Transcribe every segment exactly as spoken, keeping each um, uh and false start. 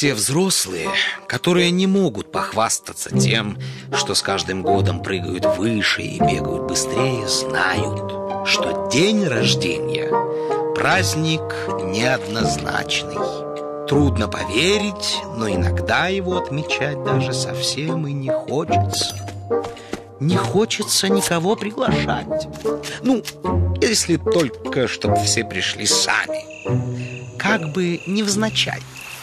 Все взрослые, которые не могут похвастаться тем, что с каждым годом прыгают выше и бегают быстрее, знают, что день рождения – праздник неоднозначный. Трудно поверить, но иногда его отмечать даже совсем и не хочется. Не хочется никого приглашать. Ну, если только, чтобы все пришли сами. Как бы невзначай.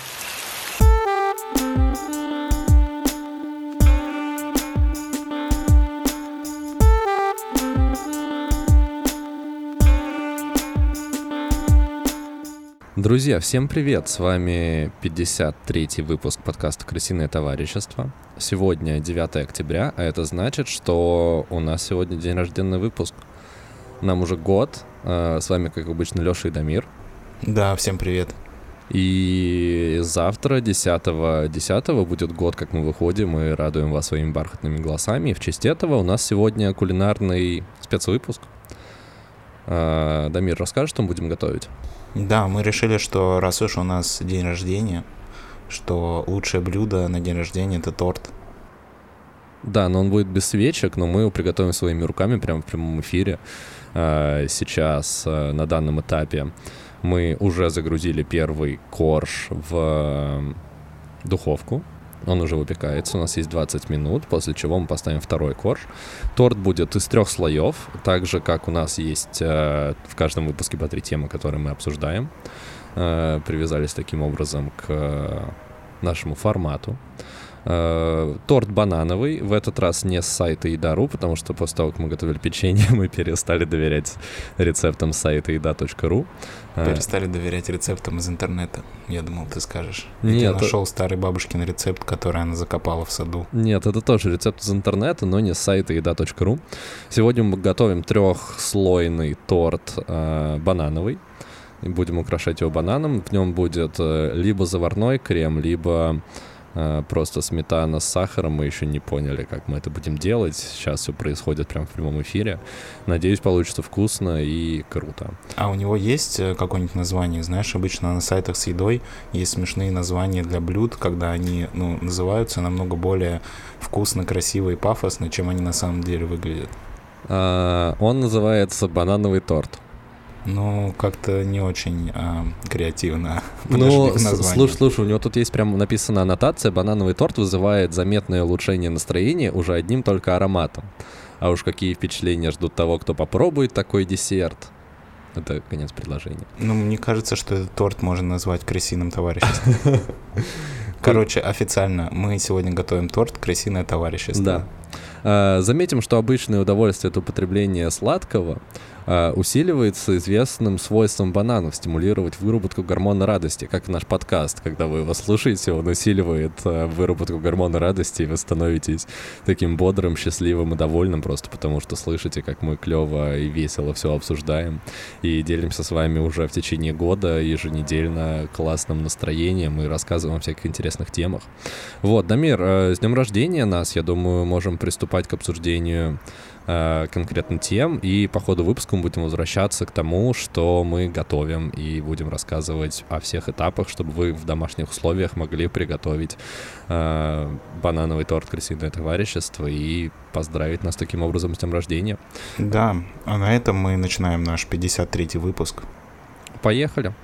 Друзья, всем привет! С вами пятьдесят третий выпуск подкаста «Крысиное товарищество». Сегодня девятое октября, а это значит, что у нас сегодня день рождения выпуск. Нам уже год. С вами, как обычно, Лёша и Дамир. Да, всем привет. И завтра, десятого десятого, будет год, как мы выходим и радуем вас своими бархатными голосами. И в честь этого у нас сегодня кулинарный спецвыпуск. Дамир, расскажешь, что мы будем готовить? Да, мы решили, что раз уж у нас день рождения, что лучшее блюдо на день рождения — это торт. Да, но он будет без свечек, но мы его приготовим своими руками прямо в прямом эфире. Сейчас, на данном этапе, мы уже загрузили первый корж в духовку. Он уже выпекается, у нас есть двадцать минут, после чего мы поставим второй корж. Торт будет из трех слоев, так же, как у нас есть э, в каждом выпуске по три темы, которые мы обсуждаем. Э, привязались таким образом к э, нашему формату. Э, торт банановый, в этот раз не с сайта еда точка ру, потому что после того, как мы готовили печенье, мы перестали доверять рецептам с сайта еда точка ру. Перестали доверять рецептам из интернета. Я думал, ты скажешь. Нет, я нашел старый бабушкин рецепт, который она закопала в саду. Нет, это тоже рецепт из интернета, но не с сайта еда точка ру. Сегодня мы готовим трехслойный торт э, банановый. И будем украшать его бананом. В нем будет э, либо заварной крем, либо э, просто сметана с сахаром. Мы еще не поняли, как мы это будем делать. Сейчас все происходит прямо в прямом эфире. Надеюсь, получится вкусно и круто. А у него есть какое-нибудь название? Знаешь, обычно на сайтах с едой есть смешные названия для блюд, когда они, ну, называются намного более вкусно, красиво и пафосно, чем они на самом деле выглядят. А, он называется «Банановый торт». Ну, как-то не очень а, креативно. Ну, слушай, слушай, у него тут есть прям написана аннотация: банановый торт вызывает заметное улучшение настроения уже одним только ароматом. А уж какие впечатления ждут того, кто попробует такой десерт. Это конец предложения. Ну, мне кажется, что этот торт можно назвать крысиным товариществом. Короче, официально мы сегодня готовим торт «Крысиное товарищество». Да. Заметим, что обычное удовольствие от употребления сладкого усиливается известным свойством бананов стимулировать выработку гормона радости, как наш подкаст. Когда вы его слушаете, он усиливает выработку гормона радости, и вы становитесь таким бодрым, счастливым и довольным просто потому, что слышите, как мы клево и весело все обсуждаем и делимся с вами уже в течение года еженедельно классным настроением и рассказываем о всяких интересных темах. Вот, Дамир, с днем рождения нас, я думаю, можем приступать к обсуждению конкретно тем, и по ходу выпуска мы будем возвращаться к тому, что мы готовим, и будем рассказывать о всех этапах, чтобы вы в домашних условиях могли приготовить э, банановый торт «Крысиное товарищество» и поздравить нас таким образом с днем рождения. Да, а на этом мы начинаем наш пятьдесят третий выпуск. Поехали!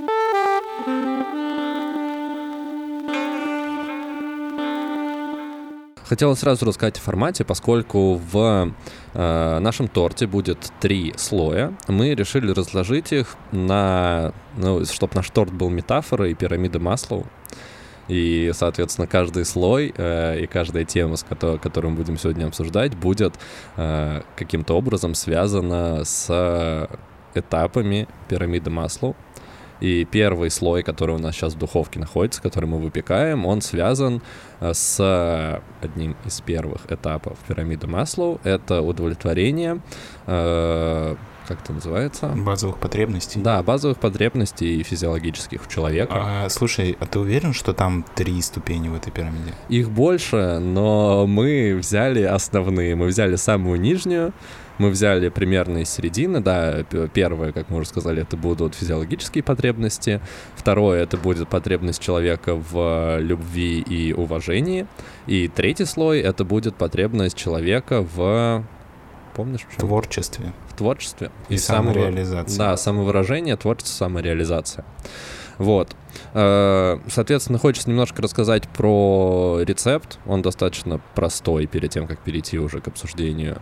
Хотелось сразу рассказать о формате, поскольку в э, нашем торте будет три слоя. Мы решили разложить их на, ну, чтобы наш торт был метафорой пирамиды Маслоу. И, соответственно, каждый слой э, и каждая тема, с которой, которую мы будем сегодня обсуждать, будет э, каким-то образом связана с этапами пирамиды Маслоу. И первый слой, который у нас сейчас в духовке находится, который мы выпекаем, он связан с одним из первых этапов пирамиды Маслоу. Это удовлетворение э, как это называется? Базовых потребностей? Да, базовых потребностей физиологических у человека. А, слушай, а ты уверен, что там три ступени в этой пирамиде? Их больше, но мы взяли основные. Мы взяли самую нижнюю, мы взяли примерно из середины, да, первое, как мы уже сказали, это будут физиологические потребности, второе, это будет потребность человека в любви и уважении, и третий слой, это будет потребность человека в... Помнишь, в чем? Творчестве. В творчестве. И, и самореализации. Да, самовыражение, творчество, самореализация. Вот. Соответственно, хочется немножко рассказать про рецепт. Он достаточно простой перед тем, как перейти уже к обсуждению.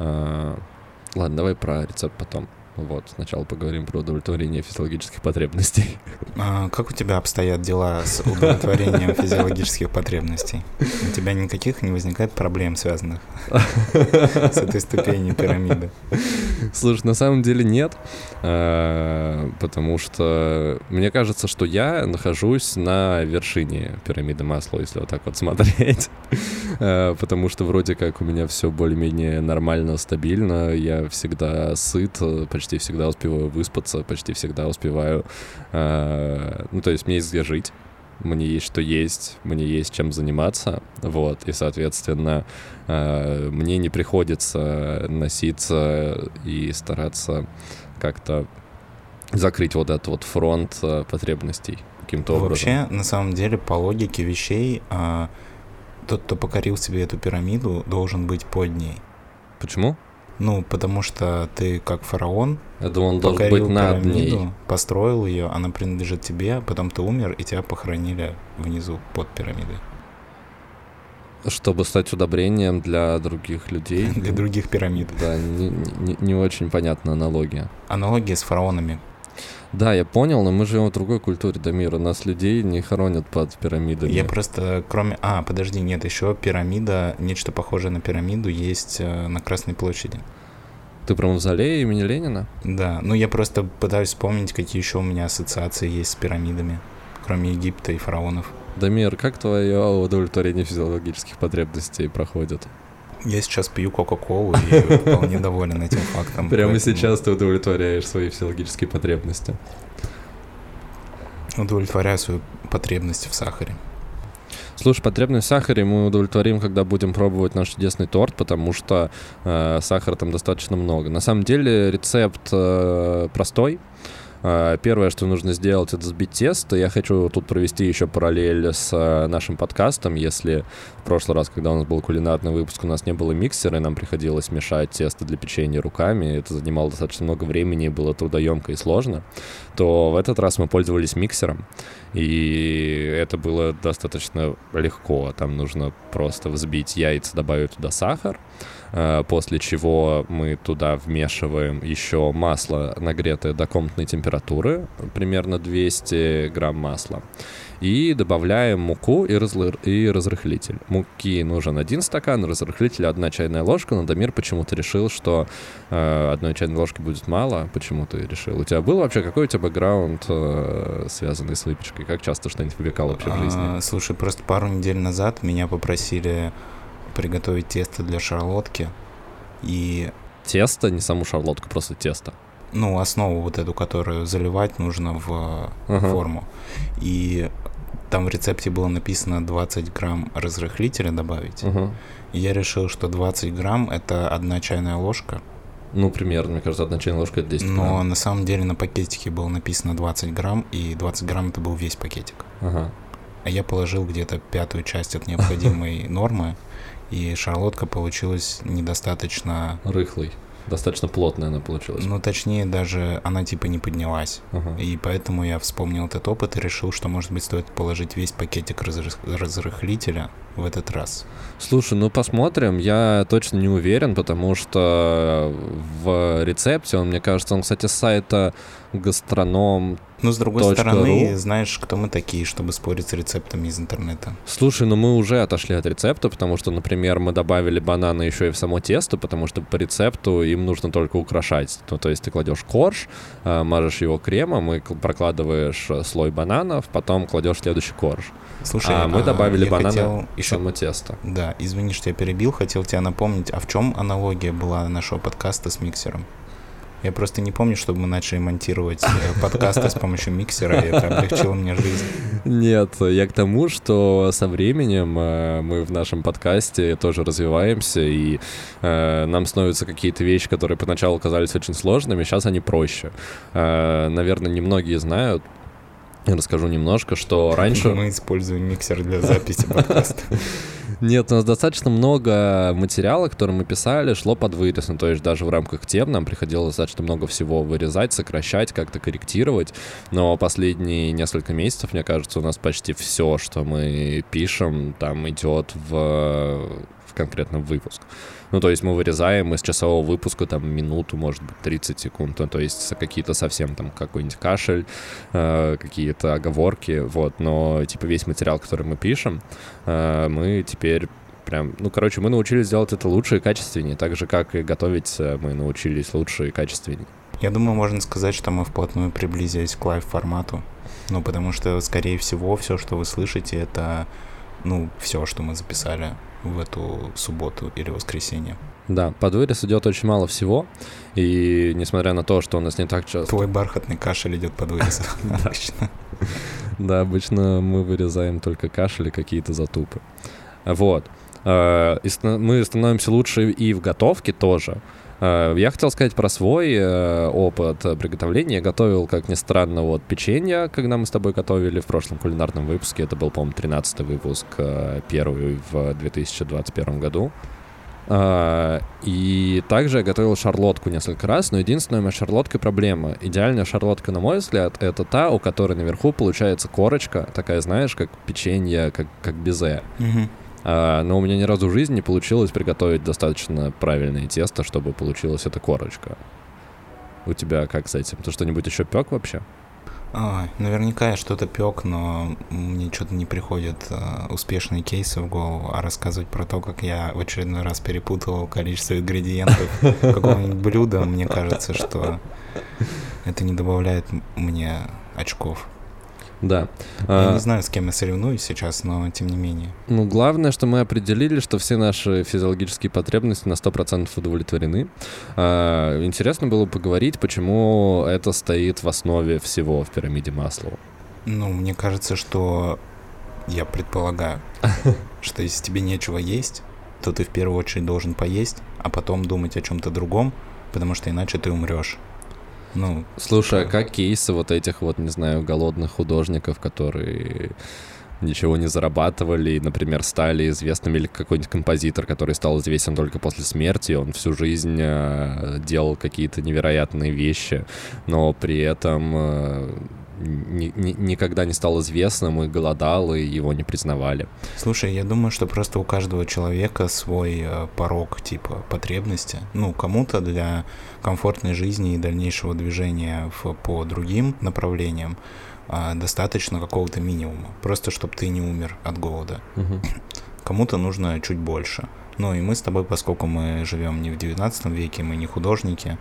Ладно, давай про рецепт потом. Вот, сначала поговорим про удовлетворение физиологических потребностей. А как у тебя обстоят дела с удовлетворением физиологических потребностей? У тебя никаких не возникает проблем, связанных с этой ступенью пирамиды? Слушай, на самом деле нет, потому что мне кажется, что я нахожусь на вершине пирамиды Маслоу, если вот так вот смотреть, потому что вроде как у меня все более-менее нормально, стабильно, я всегда сыт, почти всегда успеваю выспаться, почти всегда успеваю, ну то есть мне есть где жить. Мне есть что есть, мне есть чем заниматься, вот, и, соответственно, э, мне не приходится носиться и стараться как-то закрыть вот этот вот фронт э, потребностей каким-то образом. Вообще, на самом деле, по логике вещей, э, тот, кто покорил себе эту пирамиду, должен быть под ней. Почему? Ну, потому что ты как фараон. Я думал, он должен быть над ней. Построил ее, она принадлежит тебе, потом ты умер, и тебя похоронили внизу под пирамидой. Чтобы стать удобрением для других людей. Для других пирамид. Да, не, не, не очень понятна аналогия. Аналогия с фараонами. Да, я понял, но мы живем в другой культуре, Дамир. У нас людей не хоронят под пирамидами. Я просто, кроме... А, подожди, нет, еще пирамида, нечто похожее на пирамиду есть на Красной площади. Ты про мавзолей имени Ленина? Да, ну я просто пытаюсь вспомнить, какие еще у меня ассоциации есть с пирамидами, кроме Египта и фараонов. Дамир, как твое удовлетворение физиологических потребностей проходит? Я сейчас пью Кока-Колу и вполне доволен этим фактом. Прямо поэтому... сейчас ты удовлетворяешь свои физиологические потребности? Удовлетворяю свою потребность в сахаре. Слушай, потребность в сахаре мы удовлетворим, когда будем пробовать наш чудесный торт, потому что э, сахара там достаточно много. На самом деле рецепт э, простой. Первое, что нужно сделать, это взбить тесто. Я хочу тут провести еще параллель с нашим подкастом. Если в прошлый раз, когда у нас был кулинарный выпуск, у нас не было миксера, и нам приходилось мешать тесто для печенья руками, это занимало достаточно много времени, было трудоемко и сложно, то в этот раз мы пользовались миксером, и это было достаточно легко. Там нужно просто взбить яйца, добавить туда сахар, после чего мы туда вмешиваем еще масло, нагретое до комнатной температуры, примерно двести грамм масла, и добавляем муку и, разл... и разрыхлитель. Муки нужен один стакан, разрыхлителя одна чайная ложка, но Дамир почему-то решил, что э, одной чайной ложки будет мало. Почему ты решил? У тебя был вообще, какой у тебя бэкграунд, э, связанный с выпечкой? Как часто что-нибудь выпекал вообще в жизни? А, слушай, просто пару недель назад меня попросили приготовить тесто для шарлотки, и... Тесто, не саму шарлотку, просто тесто. Ну, основу вот эту, которую заливать нужно в uh-huh. форму. И там в рецепте было написано двадцать грамм разрыхлителя добавить. Uh-huh. И я решил, что двадцать грамм — это одна чайная ложка. Ну, примерно, мне кажется, одна чайная ложка — это десять грамм. Но на самом деле на пакетике было написано двадцать грамм, и двадцать грамм — это был весь пакетик. Uh-huh. А я положил где-то пятую часть от необходимой нормы, и шарлотка получилась недостаточно... Рыхлой. Достаточно плотная она получилась. Ну, точнее, даже она типа не поднялась. Uh-huh. И поэтому я вспомнил этот опыт и решил, что, может быть, стоит положить весь пакетик разрых... разрыхлителя в этот раз. Слушай, ну посмотрим. Я точно не уверен, потому что в рецепте, он, мне кажется, он, кстати, с сайта гастроном. Ну, с другой стороны, знаешь, кто мы такие, чтобы спорить с рецептами из интернета? Слушай, ну мы уже отошли от рецепта, потому что, например, мы добавили бананы еще и в само тесто, потому что по рецепту им нужно только украшать. Ну, то есть ты кладешь корж, мажешь его кремом и прокладываешь слой бананов, потом кладешь следующий корж. Слушай, а мы добавили а, бананы хотел в еще... само тесто. Да, извини, что я перебил, хотел тебя напомнить, а в чем аналогия была нашего подкаста с миксером? Я просто не помню, чтобы мы начали монтировать подкасты с помощью миксера, и это облегчило мне жизнь. Нет, я к тому, что со временем э, мы в нашем подкасте тоже развиваемся, и э, нам становятся какие-то вещи, которые поначалу казались очень сложными, сейчас они проще. Э, наверное, немногие знают, я расскажу немножко, что раньше... Мы используем миксер для записи подкаста. Нет, у нас достаточно много материала, который мы писали, шло под вырез. Ну, то есть даже в рамках тем нам приходилось достаточно много всего вырезать, сокращать, как-то корректировать. Но последние несколько месяцев, мне кажется, у нас почти все, что мы пишем, там идет в, в конкретно в выпуск. Ну, то есть мы вырезаем из часового выпуска там минуту, может быть, тридцать секунд. Ну, то есть какие-то совсем там какой-нибудь кашель, э, какие-то оговорки, вот. Но, типа, весь материал, который мы пишем, э, мы теперь прям... Ну, короче, мы научились делать это лучше и качественнее. Так же, как и готовить мы научились лучше и качественнее. Я думаю, можно сказать, что мы вплотную приблизились к лайв-формату. Ну, потому что, скорее всего, все, что вы слышите, это, ну, все, что мы записали в эту субботу или воскресенье. Да, под вырез идет очень мало всего, и несмотря на то, что у нас не так часто... Твой бархатный кашель идет под вырез. Да, обычно мы вырезаем только кашель и какие-то затупы. Вот. Мы становимся лучше и в готовке тоже. Я хотел сказать про свой э, опыт приготовления. Я готовил, как ни странно, вот печенье, когда мы с тобой готовили в прошлом кулинарном выпуске. Это был, по-моему, тринадцатый выпуск, э, первый в две тысячи двадцать первом году. Э, и также я готовил шарлотку несколько раз, но единственная моя шарлотка проблема. Идеальная шарлотка, на мой взгляд, это та, у которой наверху получается корочка, такая, знаешь, как печенье, как, как безе. Угу. Uh, но у меня ни разу в жизни не получилось приготовить достаточно правильное тесто, чтобы получилась эта корочка. У тебя как с этим? Ты что-нибудь еще пек вообще? А, наверняка я что-то пек, но мне что-то не приходят а, успешные кейсы в голову, а рассказывать про то, как я в очередной раз перепутал количество ингредиентов какого-нибудь блюда, мне кажется, что это не добавляет мне очков. Да. Я а, не знаю, с кем я соревнуюсь сейчас, но тем не менее. Ну, главное, что мы определили, что все наши физиологические потребности на сто процентов удовлетворены. А, интересно было поговорить, почему это стоит в основе всего в пирамиде Маслоу. Ну, мне кажется, что я предполагаю, что если тебе нечего есть, то ты в первую очередь должен поесть, а потом думать о чем-то другом, потому что иначе ты умрешь. Ну, слушай, а как кейсы вот этих вот, не знаю, голодных художников, которые ничего не зарабатывали и, например, стали известными, или какой-нибудь композитор, который стал известен только после смерти, он всю жизнь э, делал какие-то невероятные вещи, но при этом э, ни, ни, никогда не стал известным и голодал, и его не признавали. Слушай, я думаю, что просто у каждого человека свой э, порог типа потребности. Ну, кому-то для комфортной жизни и дальнейшего движения в, по другим направлениям э, достаточно какого-то минимума. Просто чтобы ты не умер от голода. Угу. Кому-то нужно чуть больше. Ну и мы с тобой, поскольку мы живем не в девятнадцатом веке, мы не художники,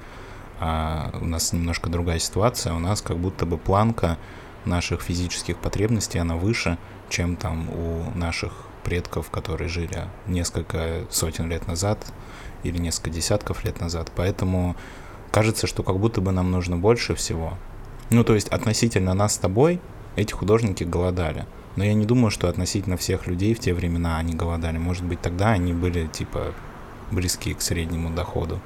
а у нас немножко другая ситуация, у нас как будто бы планка наших физических потребностей, она выше, чем там у наших предков, которые жили несколько сотен лет назад или несколько десятков лет назад. Поэтому кажется, что как будто бы нам нужно больше всего. Ну, то есть относительно нас с тобой эти художники голодали. Но я не думаю, что относительно всех людей в те времена они голодали. Может быть, тогда они были, типа, близки к среднему доходу.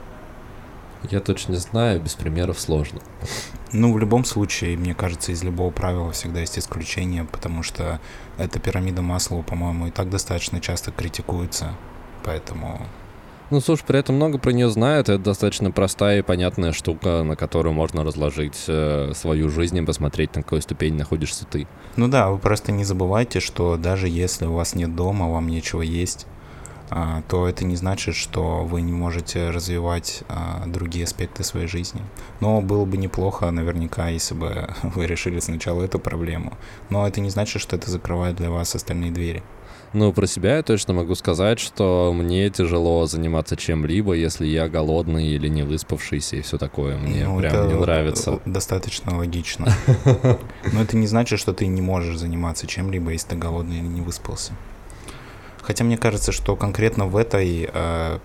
Я точно не знаю, без примеров сложно. Ну, в любом случае, мне кажется, из любого правила всегда есть исключение, потому что эта пирамида Маслоу, по-моему, и так достаточно часто критикуется, поэтому... Ну, слушай, при этом много про нее знают, это достаточно простая и понятная штука, на которую можно разложить э, свою жизнь и посмотреть, на какой ступени находишься ты. Ну да, вы просто не забывайте, что даже если у вас нет дома, вам нечего есть, то это не значит, что вы не можете развивать а, другие аспекты своей жизни. Но было бы неплохо, наверняка, если бы вы решили сначала эту проблему. Но это не значит, что это закрывает для вас остальные двери. Ну, про себя я точно могу сказать, что мне тяжело заниматься чем-либо, если я голодный или не выспавшийся и все такое. Мне ну, прям не нравится. Достаточно логично. Но это не значит, что ты не можешь заниматься чем-либо, если ты голодный или не выспался. Хотя мне кажется, что конкретно в этой э,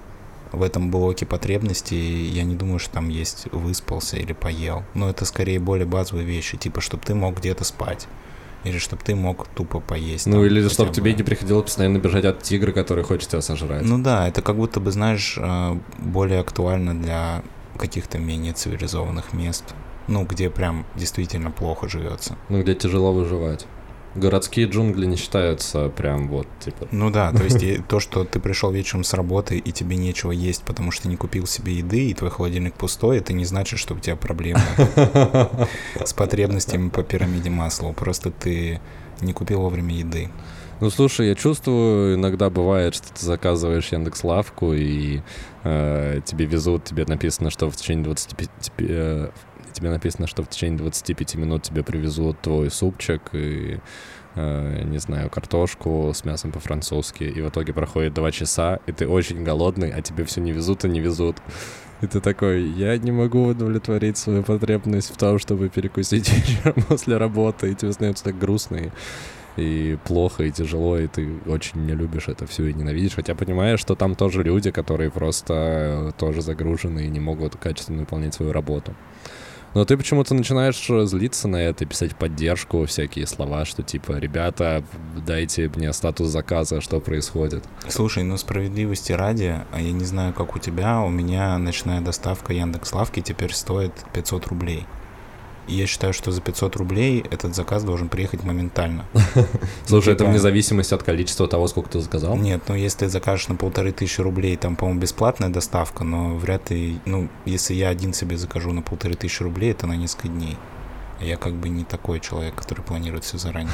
в этом блоке потребностей, я не думаю, что там есть выспался или поел. Но это скорее более базовые вещи, типа, чтобы ты мог где-то спать. Или чтобы ты мог тупо поесть. Ну, там, или чтобы бы... тебе не приходилось постоянно бежать от тигра, который хочет тебя сожрать. Ну да, это как будто бы, знаешь, более актуально для каких-то менее цивилизованных мест. Ну, где прям действительно плохо живется. Ну, где тяжело выживать. Городские джунгли не считаются прям вот, типа... Ну да, то есть то, что ты пришел вечером с работы, и тебе нечего есть, потому что ты не купил себе еды, и твой холодильник пустой, это не значит, что у тебя проблемы с потребностями по пирамиде Маслоу. Просто ты не купил вовремя еды. Ну, слушай, я чувствую, иногда бывает, что ты заказываешь Яндекс.Лавку, и э, тебе везут, тебе написано, что в течение двадцати пяти... Э, тебе написано, что в течение двадцати пяти минут тебе привезут твой супчик и, э, не знаю, картошку с мясом по-французски, и в итоге проходит два часа, и ты очень голодный, а тебе все не везут и не везут. И ты такой, я не могу удовлетворить свою потребность в том, чтобы перекусить вечером после работы, и тебе становится так грустно, и, и плохо, и тяжело, и ты очень не любишь это все и ненавидишь, хотя понимаешь, что там тоже люди, которые просто тоже загружены и не могут качественно выполнять свою работу. Но ты почему-то начинаешь злиться на это, писать поддержку, всякие слова, что типа, ребята, дайте мне статус заказа, что происходит. Слушай, ну справедливости ради, а я не знаю, как у тебя, у меня ночная доставка Яндекс.Лавки теперь стоит пятьсот рублей. И я считаю, что за пятьсот рублей этот заказ должен приехать моментально. Слушай, это вне зависимости от количества того, сколько ты заказал? Нет, ну если ты закажешь на полторы тысячи рублей, там, по-моему, бесплатная доставка, но вряд ли, ну, если я один себе закажу на полторы тысячи рублей, это на несколько дней. Я как бы не такой человек, который планирует все заранее.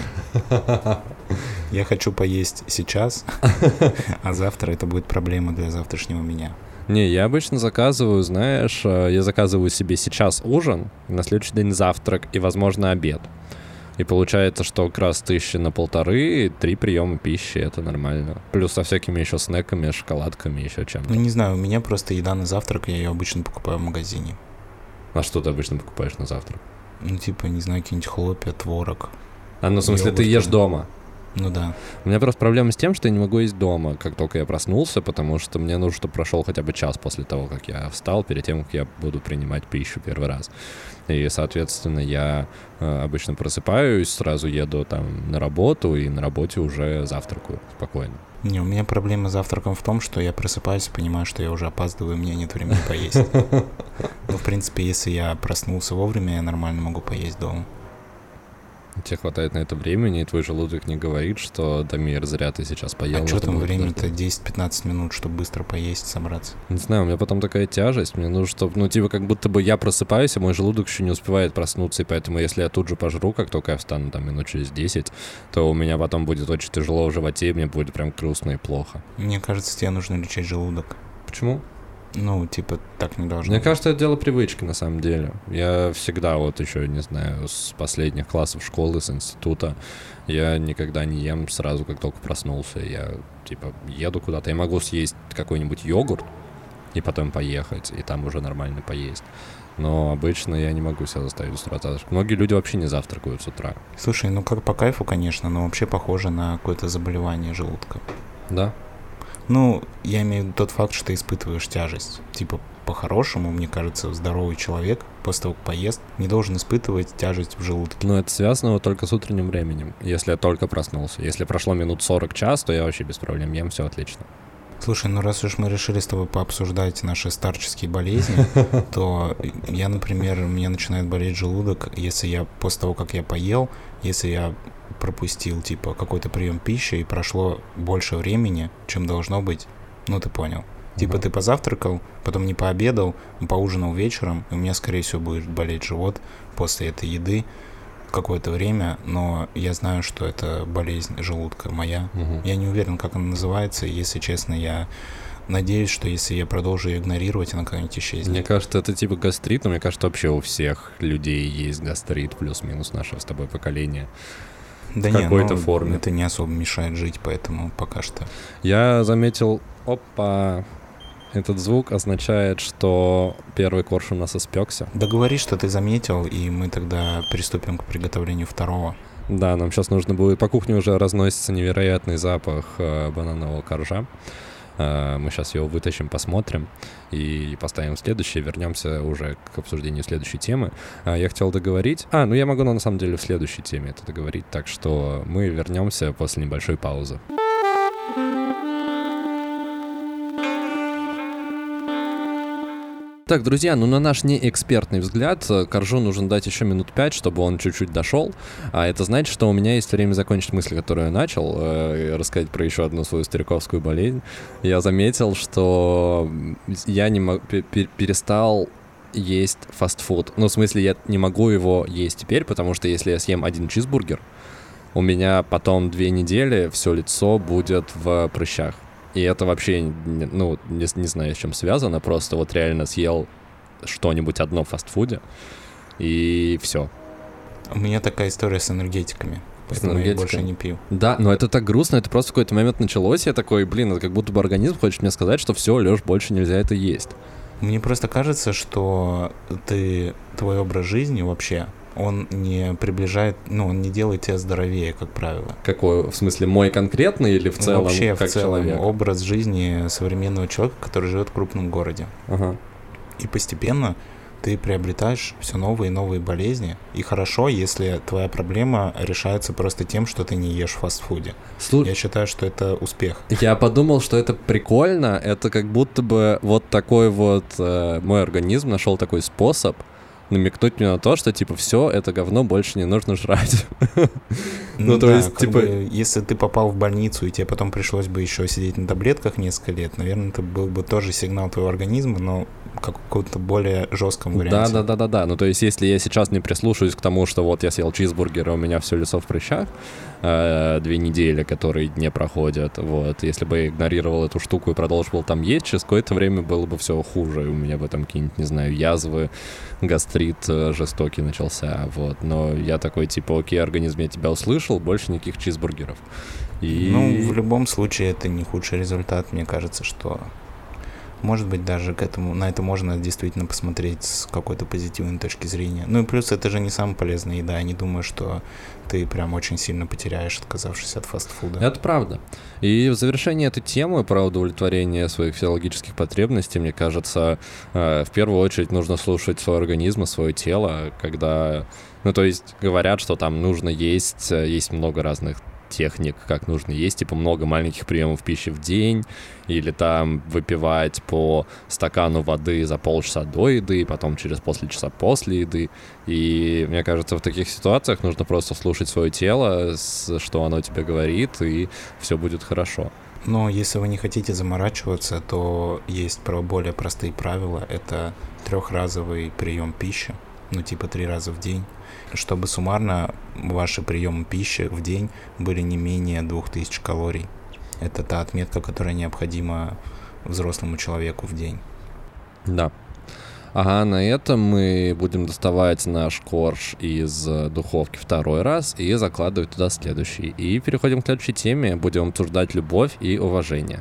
Я хочу поесть сейчас, а завтра это будет проблема для завтрашнего меня. Не, я обычно заказываю, знаешь, я заказываю себе сейчас ужин, на следующий день завтрак и, возможно, обед. И получается, что как раз тысячи на полторы, три приема пищи, это нормально. Плюс со всякими еще снеками, шоколадками, еще чем-то. Ну, не знаю, у меня просто еда на завтрак, я ее обычно покупаю в магазине. А что ты обычно покупаешь на завтрак? Ну, типа, не знаю, какие-нибудь хлопья, творог. А, ну, в смысле, ты ешь дома? Ну да. У меня просто проблема с тем, что я не могу есть дома, как только я проснулся, потому что мне нужно, чтобы прошел хотя бы час после того, как я встал, перед тем, как я буду принимать пищу первый раз. И, соответственно, я э, обычно просыпаюсь, сразу еду там на работу, и на работе уже завтракаю спокойно. Не, у меня проблема с завтраком в том, что я просыпаюсь и понимаю, что я уже опаздываю, у меня нет времени поесть. Ну, в принципе, если я проснулся вовремя, я нормально могу поесть дома. Тебе хватает на это времени, и твой желудок не говорит, что Дамир, зря ты сейчас поел. А что там времени-то десять-пятнадцать минут, чтобы быстро поесть, собраться? Не знаю, у меня потом такая тяжесть, мне нужно, чтобы, ну, типа, как будто бы я просыпаюсь, а мой желудок еще не успевает проснуться, и поэтому, если я тут же пожру, как только я встану, там, минут через десять, то у меня потом будет очень тяжело в животе, и мне будет прям грустно и плохо. Мне кажется, тебе нужно лечить желудок. Почему? Ну, типа, так не должно Мне быть. кажется, это дело привычки, на самом деле. Я всегда вот еще, не знаю, с последних классов школы, с института, я никогда не ем сразу, как только проснулся. Я, типа, еду куда-то. Я могу съесть какой-нибудь йогурт и потом поехать, и там уже нормально поесть. Но обычно я не могу себя заставить с утра завтракать. Многие люди вообще не завтракают с утра. Слушай, ну как по кайфу, конечно, но вообще похоже на какое-то заболевание желудка. Да? Ну, я имею в виду тот факт, что ты испытываешь тяжесть. Типа, по-хорошему, мне кажется, здоровый человек после того, как поест, не должен испытывать тяжесть в желудке. Но это связано вот только с утренним временем, если я только проснулся. Если прошло минут сорок, час, то я вообще без проблем ем, все отлично. Слушай, ну раз уж мы решили с тобой пообсуждать наши старческие болезни, то я, например, у меня начинает болеть желудок, если я после того, как я поел, если я пропустил, типа, какой-то прием пищи и прошло больше времени, чем должно быть, ну ты понял. Типа, ты позавтракал, потом не пообедал, поужинал вечером, и у меня, скорее всего, будет болеть живот после этой еды какое-то время, но я знаю, что это болезнь желудка моя. Угу. Я не уверен, как она называется, и, если честно, я надеюсь, что если я продолжу ее игнорировать, она когда-нибудь исчезнет. Мне кажется, это типа гастрит, но мне кажется, вообще у всех людей есть гастрит, плюс-минус нашего с тобой поколения. Да в не, какой-то ну, форме. Это не особо мешает жить, поэтому пока что. Я заметил, опа, этот звук означает, что первый корж у нас испекся. Да говори, что ты заметил, и мы тогда приступим к приготовлению второго. Да, нам сейчас нужно будет... По кухне уже разносится невероятный запах э, бананового коржа. Мы сейчас его вытащим, посмотрим и поставим следующее. Вернемся уже к обсуждению следующей темы. Я хотел договорить... А, ну я могу на самом деле в следующей теме это договорить, так что мы вернемся после небольшой паузы. Так, друзья, ну на наш неэкспертный взгляд Коржу нужно дать еще минут пять, чтобы он чуть-чуть дошел. А это значит, что у меня есть время закончить мысль, которую я начал, э, рассказать про еще одну свою стариковскую болезнь. Я заметил, что я не мог, перестал есть фастфуд. Ну, в смысле, я не могу его есть теперь, потому что если я съем один чизбургер, у меня потом две недели все лицо будет в прыщах. И это вообще, ну, не, не знаю, с чем связано, просто вот реально съел что-нибудь одно в фастфуде, и все. У меня такая история с энергетиками, поэтому я больше не пью. Да, но это так грустно, это просто в какой-то момент началось, я такой, блин, это как будто бы организм хочет мне сказать, что все, Лёш, больше нельзя это есть. Мне просто кажется, что ты, твой образ жизни вообще... он не приближает, ну, он не делает тебя здоровее, как правило. Какой? В смысле, мой конкретный или в целом, вообще, как в целом, человек? образ жизни современного человека, который живет в крупном городе. Ага. И постепенно ты приобретаешь все новые и новые болезни. И хорошо, если твоя проблема решается просто тем, что ты не ешь в фастфуде. Слу... Я считаю, что это успех. Я подумал, что это прикольно. Это как будто бы вот такой вот э, мой организм нашел такой способ намекнуть мне на то, что, типа, все, это говно больше не нужно жрать. Ну, то есть, типа... Если ты попал в больницу, и тебе потом пришлось бы еще сидеть на таблетках несколько лет, наверное, это был бы тоже сигнал твоего организма, но как в каком-то более жестком варианте. Да-да-да-да-да. Ну, то есть, если я сейчас не прислушаюсь к тому, что вот я съел чизбургер, и у меня все лицо в прыщах, э, две недели, которые не проходят, вот, если бы я игнорировал эту штуку и продолжил там есть, через какое-то время было бы все хуже, у меня бы там какие-нибудь, не знаю, язвы, гастрит жестокий начался, вот, но я такой, типа, окей, организм, я тебя услышал, больше никаких чизбургеров. И... Ну, в любом случае, это не худший результат, мне кажется, что... Может быть, даже к этому, на это можно действительно посмотреть с какой-то позитивной точки зрения. Ну и плюс, это же не самая полезная еда. Я не думаю, что ты прям очень сильно потеряешь, отказавшись от фастфуда. Это правда. И в завершении этой темы про удовлетворение своих физиологических потребностей, мне кажется, в первую очередь нужно слушать свой организм и свое тело, когда... Ну, то есть говорят, что там нужно есть, есть много разных техник, как нужно есть, типа много маленьких приемов пищи в день, или там выпивать по стакану воды за полчаса до еды, потом через после часа после еды. И мне кажется, в таких ситуациях нужно просто слушать свое тело, что оно тебе говорит, и все будет хорошо. Но если вы не хотите заморачиваться, то есть про более простые правила. Это трехразовый прием пищи, ну типа три раза в день, чтобы суммарно ваши приемы пищи в день были не менее двух тысяч калорий. Это та отметка, которая необходима взрослому человеку в день. Да. Ага, на этом мы будем доставать наш корж из духовки второй раз и закладывать туда следующий. И переходим к следующей теме. Будем обсуждать любовь и уважение.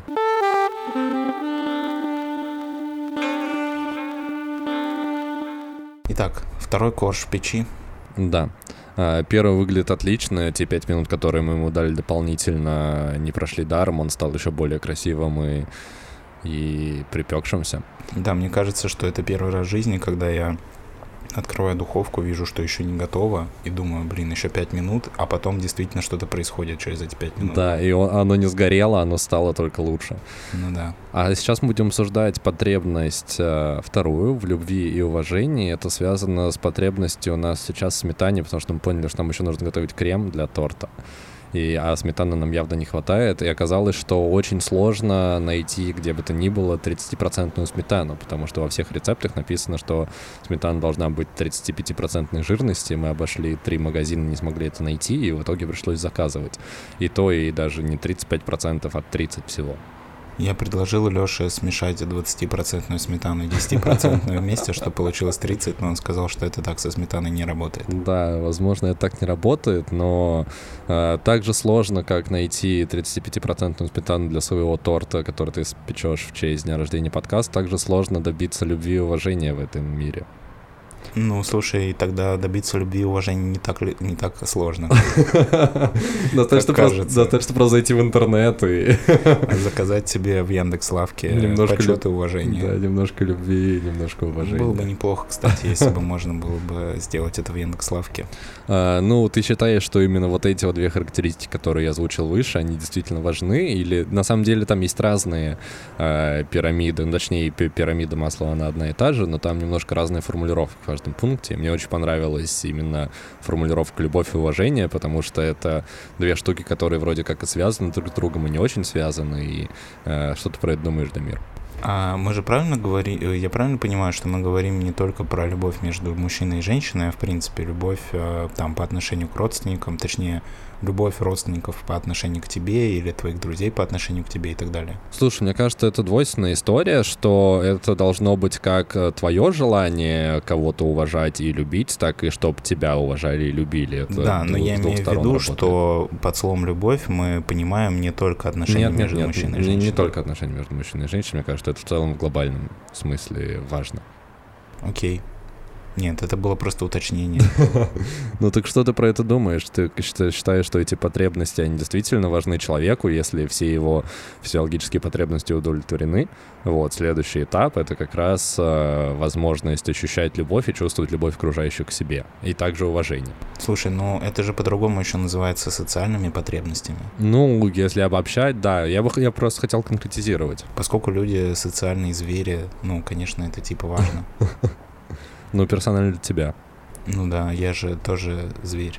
Итак, второй корж в печи. Да. Первый выглядит отлично. Те пять минут, которые мы ему дали дополнительно, не прошли даром. Он стал еще более красивым и, и припекшимся. Да, мне кажется, что это первый раз в жизни, когда я открываю духовку, вижу, что еще не готово, и думаю, блин, еще пять минут, а потом действительно что-то происходит через эти пять минут. Да, и он, оно не сгорело, оно стало только лучше. Ну да. А сейчас мы будем обсуждать потребность э, вторую в любви и уважении. Это связано с потребностью у нас сейчас в сметане, потому что мы поняли, что нам еще нужно готовить крем для торта. И, а сметаны нам явно не хватает. И оказалось, что очень сложно найти, где бы то ни было, тридцатипроцентную сметану, потому что во всех рецептах написано, что сметана должна быть тридцатипятипроцентной жирности. Мы обошли три магазина, не смогли это найти, и в итоге пришлось заказывать. И то, и даже не тридцать пять процентов, а тридцать всего. Я предложил Лёше смешать двадцатипроцентную сметану и десятипроцентную вместе, чтобы получилось тридцать, но он сказал, что это так со сметаной не работает. Да, возможно, это так не работает, но э, так же сложно, как найти тридцатипятипроцентную сметану для своего торта, который ты спечешь в честь дня рождения подкаста, так же сложно добиться любви и уважения в этом мире. Ну, слушай, тогда добиться любви и уважения не так, не так сложно. Достаточно просто зайти в интернет и... заказать себе в Яндекс.Лавке почет и уважение. Да, немножко любви, немножко уважения. Было бы неплохо, кстати, если бы можно было бы сделать это в Яндекс.Лавке. Ну, ты считаешь, что именно вот эти вот две характеристики, которые я озвучил выше, они действительно важны? Или на самом деле там есть разные пирамиды, ну, точнее, пирамида Маслоу, она одна и та же, но там немножко разные формулировки в каждом пункте. Мне очень понравилась именно формулировка «любовь и уважение», потому что это две штуки, которые вроде как и связаны друг с другом, и не очень связаны. И э, что ты про это думаешь, Дамир? А мы же правильно говорим, я правильно понимаю, что мы говорим не только про любовь между мужчиной и женщиной, а в принципе любовь э, там по отношению к родственникам, точнее, любовь родственников по отношению к тебе или твоих друзей по отношению к тебе и так далее. Слушай, мне кажется, это двойственная история, что это должно быть как твое желание кого-то уважать и любить, так и чтобы тебя уважали и любили. Это да, но я имею в виду, работает. Что под словом «любовь» мы понимаем не только отношения нет, между нет, мужчиной нет, и женщиной. Не, не только отношения между мужчиной и женщиной, мне кажется, это в целом в глобальном смысле важно. Окей. Нет, это было просто уточнение. Ну так что ты про это думаешь? Ты считаешь, что эти потребности, они действительно важны человеку, если все его физиологические потребности удовлетворены? Вот, следующий этап — это как раз э, возможность ощущать любовь и чувствовать любовь окружающих к себе. И также уважение. Слушай, ну это же по-другому еще называется социальными потребностями. Ну, если обобщать, да. Я бы я просто хотел конкретизировать. Поскольку люди социальные звери, ну, конечно, это типа важно. Ну, персонально для тебя. Ну да, я же тоже зверь.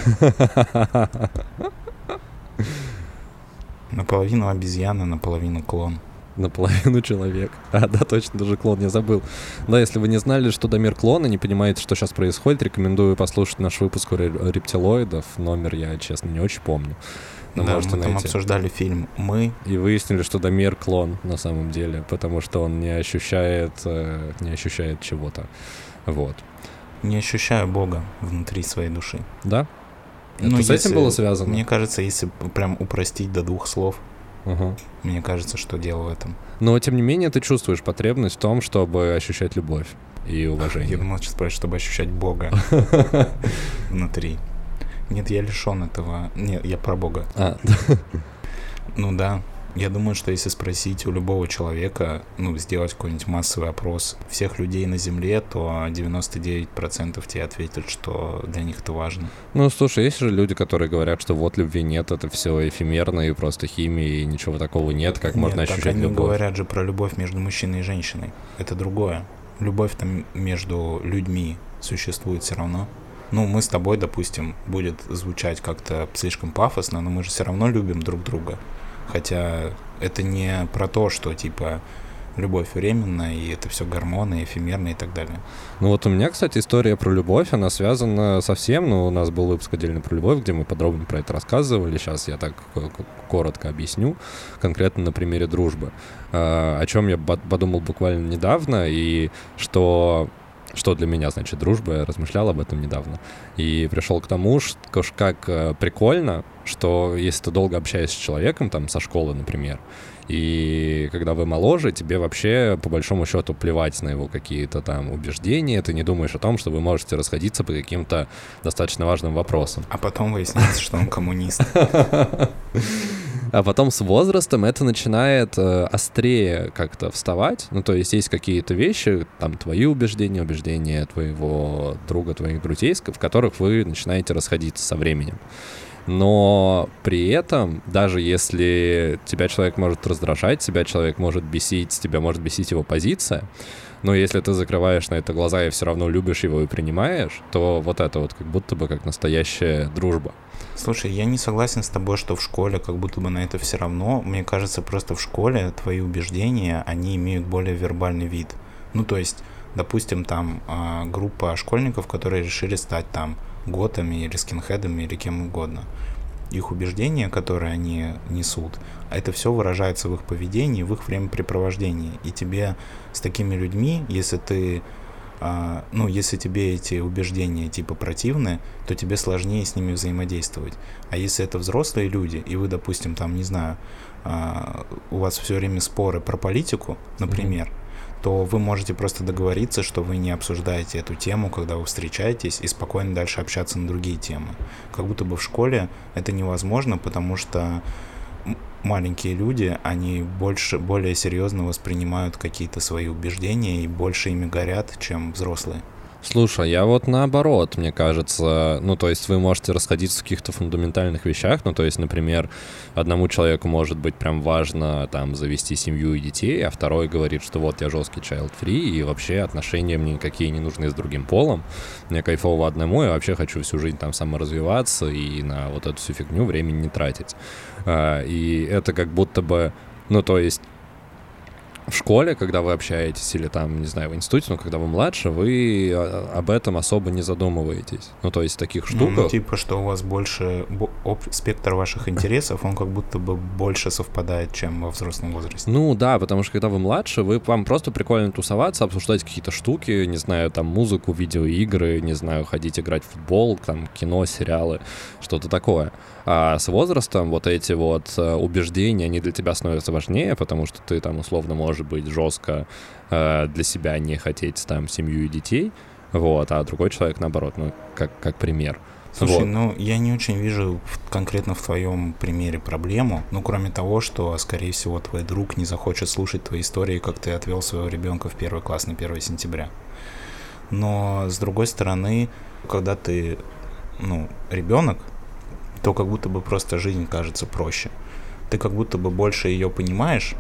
Наполовину обезьяна, наполовину клон. Наполовину человек. А, да, точно, даже клон, я забыл. Да, если вы не знали, что Дамир клон, и не понимаете, что сейчас происходит, рекомендую послушать наш выпуск рептилоидов. Номер я, честно, не очень помню. Но да, мы там найти. обсуждали фильм «Мы». И выяснили, что Дамир клон на самом деле, потому что он не ощущает, не ощущает чего-то. Вот. Не ощущаю Бога внутри своей души. Да? Ну, это с если, этим было связано? Мне кажется, если прям упростить до двух слов, угу. Мне кажется, что дело в этом. Но, тем не менее, ты чувствуешь потребность в том, чтобы ощущать любовь и уважение. Я думал, сейчас спросишь, чтобы ощущать Бога внутри. Нет, я лишен этого. Нет, я про Бога. А. Ну да. Я думаю, что если спросить у любого человека, ну, сделать какой-нибудь массовый опрос всех людей на Земле, то девяносто девять процентов тебе ответят, что для них это важно. Ну, слушай, есть же люди, которые говорят, что вот любви нет, это все эфемерно и просто химия, и ничего такого нет, как нет, можно ощущать они любовь. Говорят же про любовь между мужчиной и женщиной. Это другое. Любовь там между людьми существует все равно. Ну, мы с тобой, допустим, будет звучать как-то слишком пафосно, но мы же все равно любим друг друга. Хотя это не про то, что, типа, любовь временная, и это все гормоны, эфемерно и так далее. Ну вот у меня, кстати, история про любовь, она связана со всем, ну, у нас был выпуск отдельно про любовь, где мы подробно про это рассказывали, сейчас я так коротко объясню, конкретно на примере дружбы, о чем я подумал буквально недавно, и что... Что для меня значит дружба, я размышлял об этом недавно. И пришел к тому, что как прикольно, что если ты долго общаешься с человеком, там, со школы, например, и когда вы моложе, тебе вообще, по большому счету, плевать на его какие-то там убеждения, ты не думаешь о том, что вы можете расходиться по каким-то достаточно важным вопросам. А потом выясняется, что он коммунист. А потом с возрастом это начинает э, острее как-то вставать. Ну, то есть есть какие-то вещи, там, твои убеждения, убеждения твоего друга, твоих друзей, в которых вы начинаете расходиться со временем. Но при этом, даже если тебя человек может раздражать, тебя человек может бесить, тебя может бесить его позиция, но если ты закрываешь на это глаза и все равно любишь его и принимаешь, то вот это вот как будто бы как настоящая дружба. Слушай, я не согласен с тобой, что в школе как будто бы на это все равно. Мне кажется, просто в школе твои убеждения, они имеют более вербальный вид. Ну, то есть, допустим, там группа школьников, которые решили стать там готами или скинхедами или кем угодно. Их убеждения, которые они несут, это все выражается в их поведении, в их времяпрепровождении. И тебе с такими людьми, если ты, а, ну, если тебе эти убеждения типа противны, то тебе сложнее с ними взаимодействовать. А если это взрослые люди, и вы, допустим, там, не знаю, а, у вас все время споры про политику, например, mm-hmm. то вы можете просто договориться, что вы не обсуждаете эту тему, когда вы встречаетесь, и спокойно дальше общаться на другие темы. Как будто бы в школе это невозможно, потому что маленькие люди, они больше, более серьезно воспринимают какие-то свои убеждения и больше ими горят, чем взрослые. Слушай, я вот наоборот, мне кажется, ну, то есть вы можете расходиться в каких-то фундаментальных вещах, ну, то есть, например, одному человеку может быть прям важно там завести семью и детей, а второй говорит, что вот я жесткий child-free, и вообще отношения мне никакие не нужны с другим полом, мне кайфово одному, я вообще хочу всю жизнь там саморазвиваться и на вот эту всю фигню времени не тратить. И это как будто бы, ну, то есть, в школе, когда вы общаетесь, или там, не знаю, в институте, но когда вы младше, вы об этом особо не задумываетесь. Ну, то есть в таких штуках... Ну, ну типа, что у вас больше... Об... Спектр ваших интересов, он как будто бы больше совпадает, чем во взрослом возрасте. Ну, да, потому что когда вы младше, вы, вам просто прикольно тусоваться, обсуждать какие-то штуки, не знаю, там, музыку, видеоигры, не знаю, ходить играть в футбол, там, кино, сериалы, что-то такое. А с возрастом вот эти вот убеждения, они для тебя становятся важнее, потому что ты там условно можешь быть жестко э, для себя не хотеть там семью и детей, вот, а другой человек наоборот, ну, как, как пример. Слушай, вот. ну, я не очень вижу конкретно в твоем примере проблему, ну, кроме того, что, скорее всего, твой друг не захочет слушать твои истории, как ты отвел своего ребенка в первый класс на первое сентября. Но, с другой стороны, когда ты, ну, ребенок, то как будто бы просто жизнь кажется проще. Ты как будто бы больше ее понимаешь,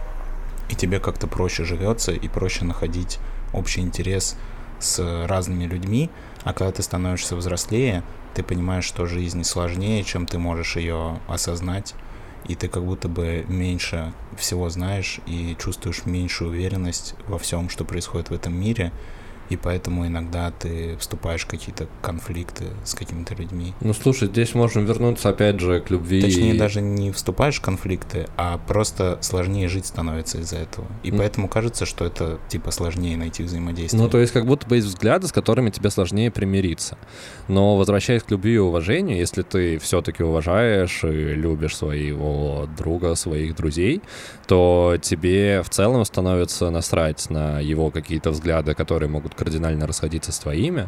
и тебе как-то проще живется, и проще находить общий интерес с разными людьми, а когда ты становишься взрослее, ты понимаешь, что жизнь сложнее, чем ты можешь ее осознать, и ты как будто бы меньше всего знаешь и чувствуешь меньшую уверенность во всем, что происходит в этом мире, и поэтому иногда ты вступаешь в какие-то конфликты с какими-то людьми. Ну, слушай, здесь можем вернуться опять же к любви. Точнее, даже не вступаешь в конфликты, а просто сложнее жить становится из-за этого. И mm. поэтому кажется, что это, типа, сложнее найти взаимодействие. Ну, то есть как будто бы есть взгляды, с которыми тебе сложнее примириться. Но, возвращаясь к любви и уважению, если ты все-таки уважаешь и любишь своего друга, своих друзей, то тебе в целом становится насрать на его какие-то взгляды, которые могут кардинально расходиться с твоими,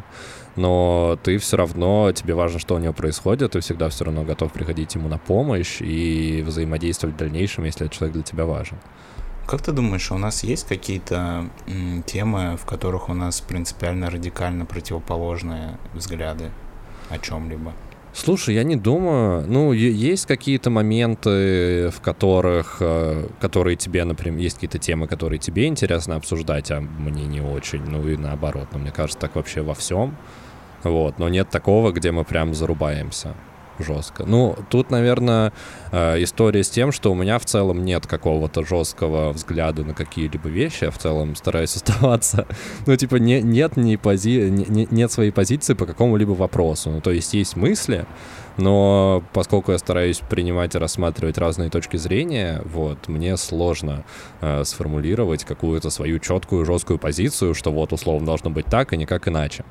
но ты все равно, тебе важно, что у него происходит, ты всегда все равно готов приходить ему на помощь и взаимодействовать в дальнейшем, если этот человек для тебя важен. Как ты думаешь, у нас есть какие-то м, темы, в которых у нас принципиально радикально противоположные взгляды о чем-либо? Слушай, я не думаю. Ну, есть какие-то моменты, в которых, которые тебе, например, есть какие-то темы, которые тебе интересно обсуждать, а мне не очень. Ну и наоборот. Но мне кажется, так вообще во всем. Вот. Но нет такого, где мы прям зарубаемся жестко. Ну, тут, наверное, история с тем, что у меня в целом нет какого-то жесткого взгляда на какие-либо вещи. Я в целом стараюсь оставаться. Ну, типа, не, нет, ни пози... не, нет своей позиции по какому-либо вопросу. Ну, то есть есть мысли, но поскольку я стараюсь принимать и рассматривать разные точки зрения, вот, мне сложно э, сформулировать какую-то свою четкую, жесткую позицию, что вот, условно, должно быть так и никак иначе.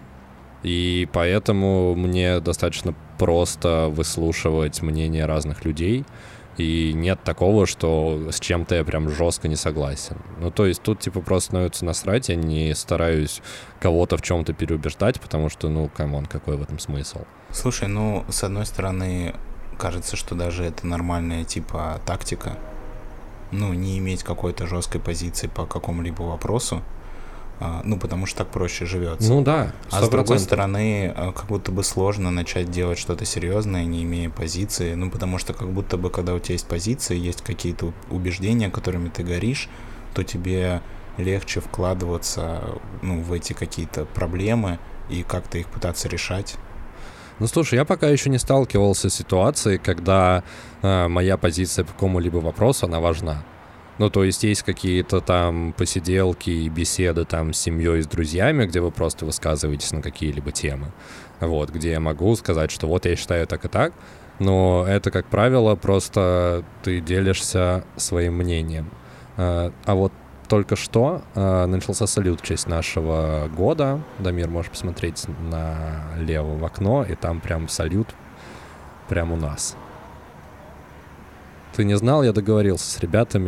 И поэтому мне достаточно просто выслушивать мнения разных людей, и нет такого, что с чем-то я прям жестко не согласен. Ну, то есть тут, типа, просто становится насрать, я не стараюсь кого-то в чем-то переубеждать, потому что, ну, камон, какой в этом смысл? Слушай, ну, с одной стороны, кажется, что даже это нормальная, типа, тактика, ну, не иметь какой-то жесткой позиции по какому-либо вопросу, ну, потому что так проще живется. Ну да, сто процентов. А с другой стороны, как будто бы сложно начать делать что-то серьезное, не имея позиции. Ну, потому что как будто бы, когда у тебя есть позиции, есть какие-то убеждения, которыми ты горишь, то тебе легче вкладываться, ну, в эти какие-то проблемы и как-то их пытаться решать. Ну, слушай, я пока еще не сталкивался с ситуацией, когда э, моя позиция по какому-либо вопросу, она важна. Ну, то есть есть какие-то там посиделки и беседы там с семьей, с друзьями, где вы просто высказываетесь на какие-либо темы. Вот, где я могу сказать, что вот я считаю так и так, но это, как правило, просто ты делишься своим мнением. А вот только что начался салют в честь нашего года. Дамир, можешь посмотреть налево в окно, и там прям салют прям у нас. Ты не знал, я договорился с ребятами.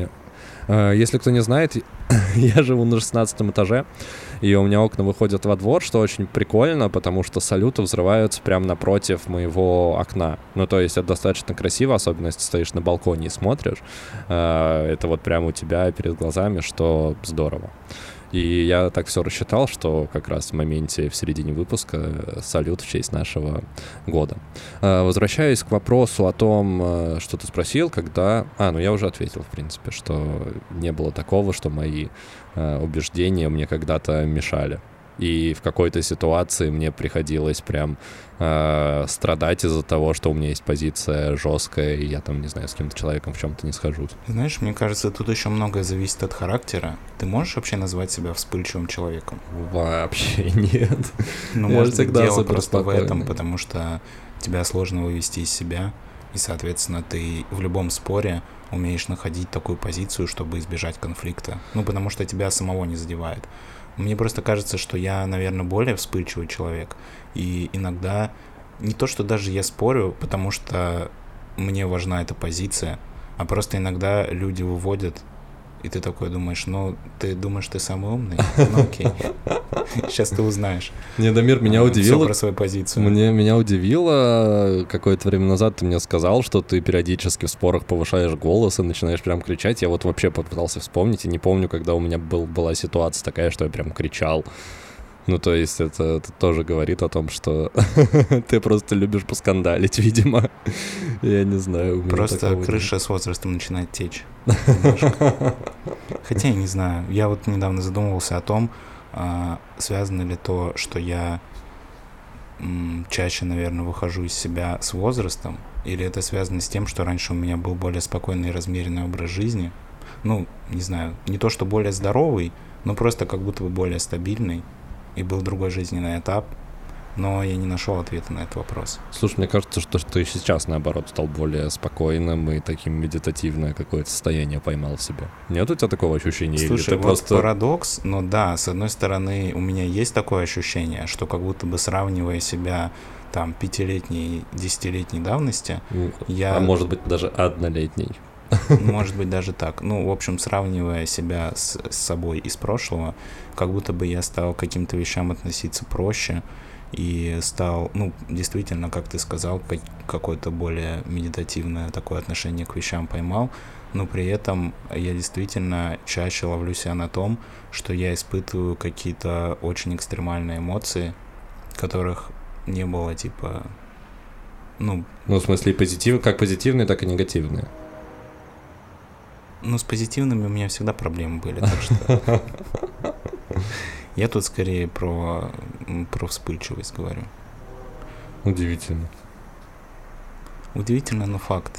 Если кто не знает, я живу на шестнадцатом этаже, и у меня окна выходят во двор, что очень прикольно, потому что салюты взрываются прямо напротив моего окна. Ну, то есть это достаточно красиво, особенно если стоишь на балконе и смотришь. Это вот прямо у тебя перед глазами, что здорово. И я так все рассчитал, что как раз в моменте в середине выпуска салют в честь нашего года. Возвращаясь к вопросу о том, что ты спросил, когда... А, ну я уже ответил, в принципе, что не было такого, что мои убеждения мне когда-то мешали. И в какой-то ситуации мне приходилось прям э, страдать из-за того, что у меня есть позиция жесткая, и я там, не знаю, с каким-то человеком в чем-то не схожусь. Знаешь, мне кажется, тут еще многое зависит от характера. Ты можешь вообще назвать себя вспыльчивым человеком? Вообще нет. Ну, Я может быть, дело просто спокойный. в этом, потому что тебя сложно вывести из себя, и, соответственно, ты в любом споре умеешь находить такую позицию, чтобы избежать конфликта. Ну, потому что тебя самого не задевает. Мне просто кажется, что я, наверное, более вспыльчивый человек. И иногда не то, что даже я спорю, потому что мне важна эта позиция, а просто иногда люди выводят, и ты такой думаешь, ну, ты думаешь, ты самый умный? Ну, окей. Сейчас ты узнаешь. Не, Дамир, меня удивило. Все про свою позицию. Мне, меня удивило, какое-то время назад ты мне сказал, что ты периодически в спорах повышаешь голос и начинаешь прям кричать. Я вот вообще попытался вспомнить и не помню, когда у меня был, была ситуация такая, что я прям кричал. Ну, то есть это, это тоже говорит о том, что ты просто любишь поскандалить, видимо. Я не знаю. Просто крыша с возрастом начинает течь. Хотя я не знаю. Я вот недавно задумывался о том, связано ли то, что я чаще, наверное, выхожу из себя с возрастом, или это связано с тем, что раньше у меня был более спокойный и размеренный образ жизни. Ну, не знаю, не то, что более здоровый, но просто как будто бы более стабильный. И был другой жизненный этап, но я не нашел ответа на этот вопрос. Слушай, мне кажется, что ты сейчас, наоборот, стал более спокойным и таким медитативное какое-то состояние поймал в себе. Нет у тебя такого ощущения? Слушай, или ты вот просто... парадокс, но да, с одной стороны, у меня есть такое ощущение, что как будто бы сравнивая себя там пятилетней, десятилетней давности, я... А может быть, даже однолетней. Может быть, даже так. Ну, в общем, сравнивая себя с, с собой из прошлого, как будто бы я стал к каким-то вещам относиться проще и стал, ну, действительно, как ты сказал, как, какое-то более медитативное такое отношение к вещам поймал, но при этом я действительно чаще ловлю себя на том, что я испытываю какие-то очень экстремальные эмоции, которых не было, типа, ну... Ну, в смысле, позитив... как позитивные, так и негативные. Ну, с позитивными у меня всегда проблемы были, так что... Я тут скорее про, про вспыльчивость говорю. Удивительно. Удивительно, но факт.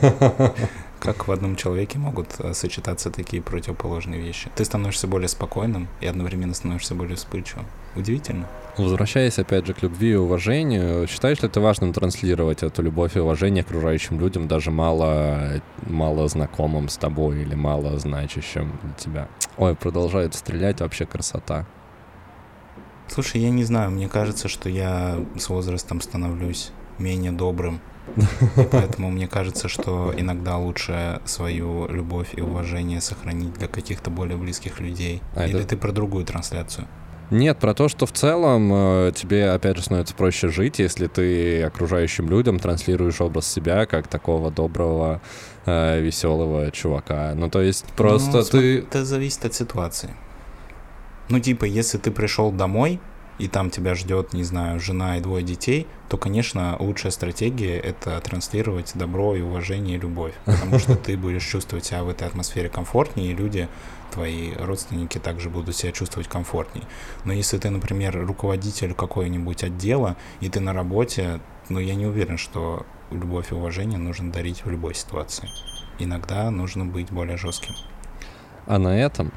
Как в одном человеке могут сочетаться такие противоположные вещи. Ты становишься более спокойным и одновременно становишься более вспыльчивым. Удивительно. Возвращаясь опять же к любви и уважению, считаешь ли ты важным транслировать эту любовь и уважение окружающим людям, даже мало, мало знакомым с тобой или мало значащим для тебя? Ой, продолжают стрелять, вообще красота. Слушай, я не знаю, мне кажется, что я с возрастом становлюсь менее добрым. И поэтому мне кажется, что иногда лучше свою любовь и уважение сохранить для каких-то более близких людей. А Или это... ты про другую трансляцию? Нет, про то, что в целом э, тебе, опять же, становится проще жить, если ты окружающим людям транслируешь образ себя как такого доброго, э, веселого чувака. Ну, то есть просто ну, ты... Это зависит от ситуации. Ну, типа, если ты пришел домой, и там тебя ждет, не знаю, жена и двое детей, то, конечно, лучшая стратегия — это транслировать добро и уважение, и любовь. Потому что ты будешь чувствовать себя в этой атмосфере комфортнее, и люди, твои родственники, также будут себя чувствовать комфортнее. Но если ты, например, руководитель какого-нибудь отдела, и ты на работе, ну, я не уверен, что любовь и уважение нужно дарить в любой ситуации. Иногда нужно быть более жестким. А на этом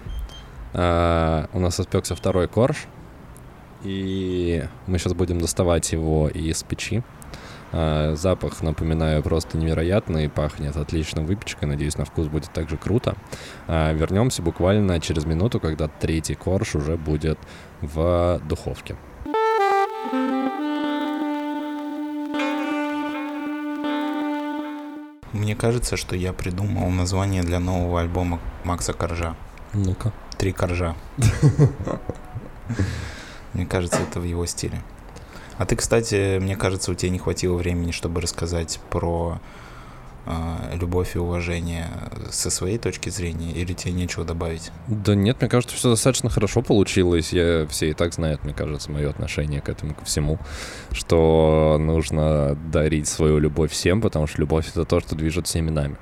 а, у нас испекся второй корж. И мы сейчас будем доставать его из печи. А, запах, напоминаю, просто невероятный, пахнет отличной выпечкой. Надеюсь, на вкус будет также круто. А, вернемся буквально через минуту, когда третий корж уже будет в духовке. У Мне кажется, что я придумал название для нового альбома Макса Коржа. Ну-ка. Три коржа. Мне кажется, это в его стиле. А ты, кстати, мне кажется, у тебя не хватило времени, чтобы рассказать про э, любовь и уважение со своей точки зрения, или тебе нечего добавить? Да нет, мне кажется, все достаточно хорошо получилось. Я, все и так знают, мне кажется, мое отношение к этому, ко всему, что нужно дарить свою любовь всем, потому что любовь — это то, что движет всеми нами.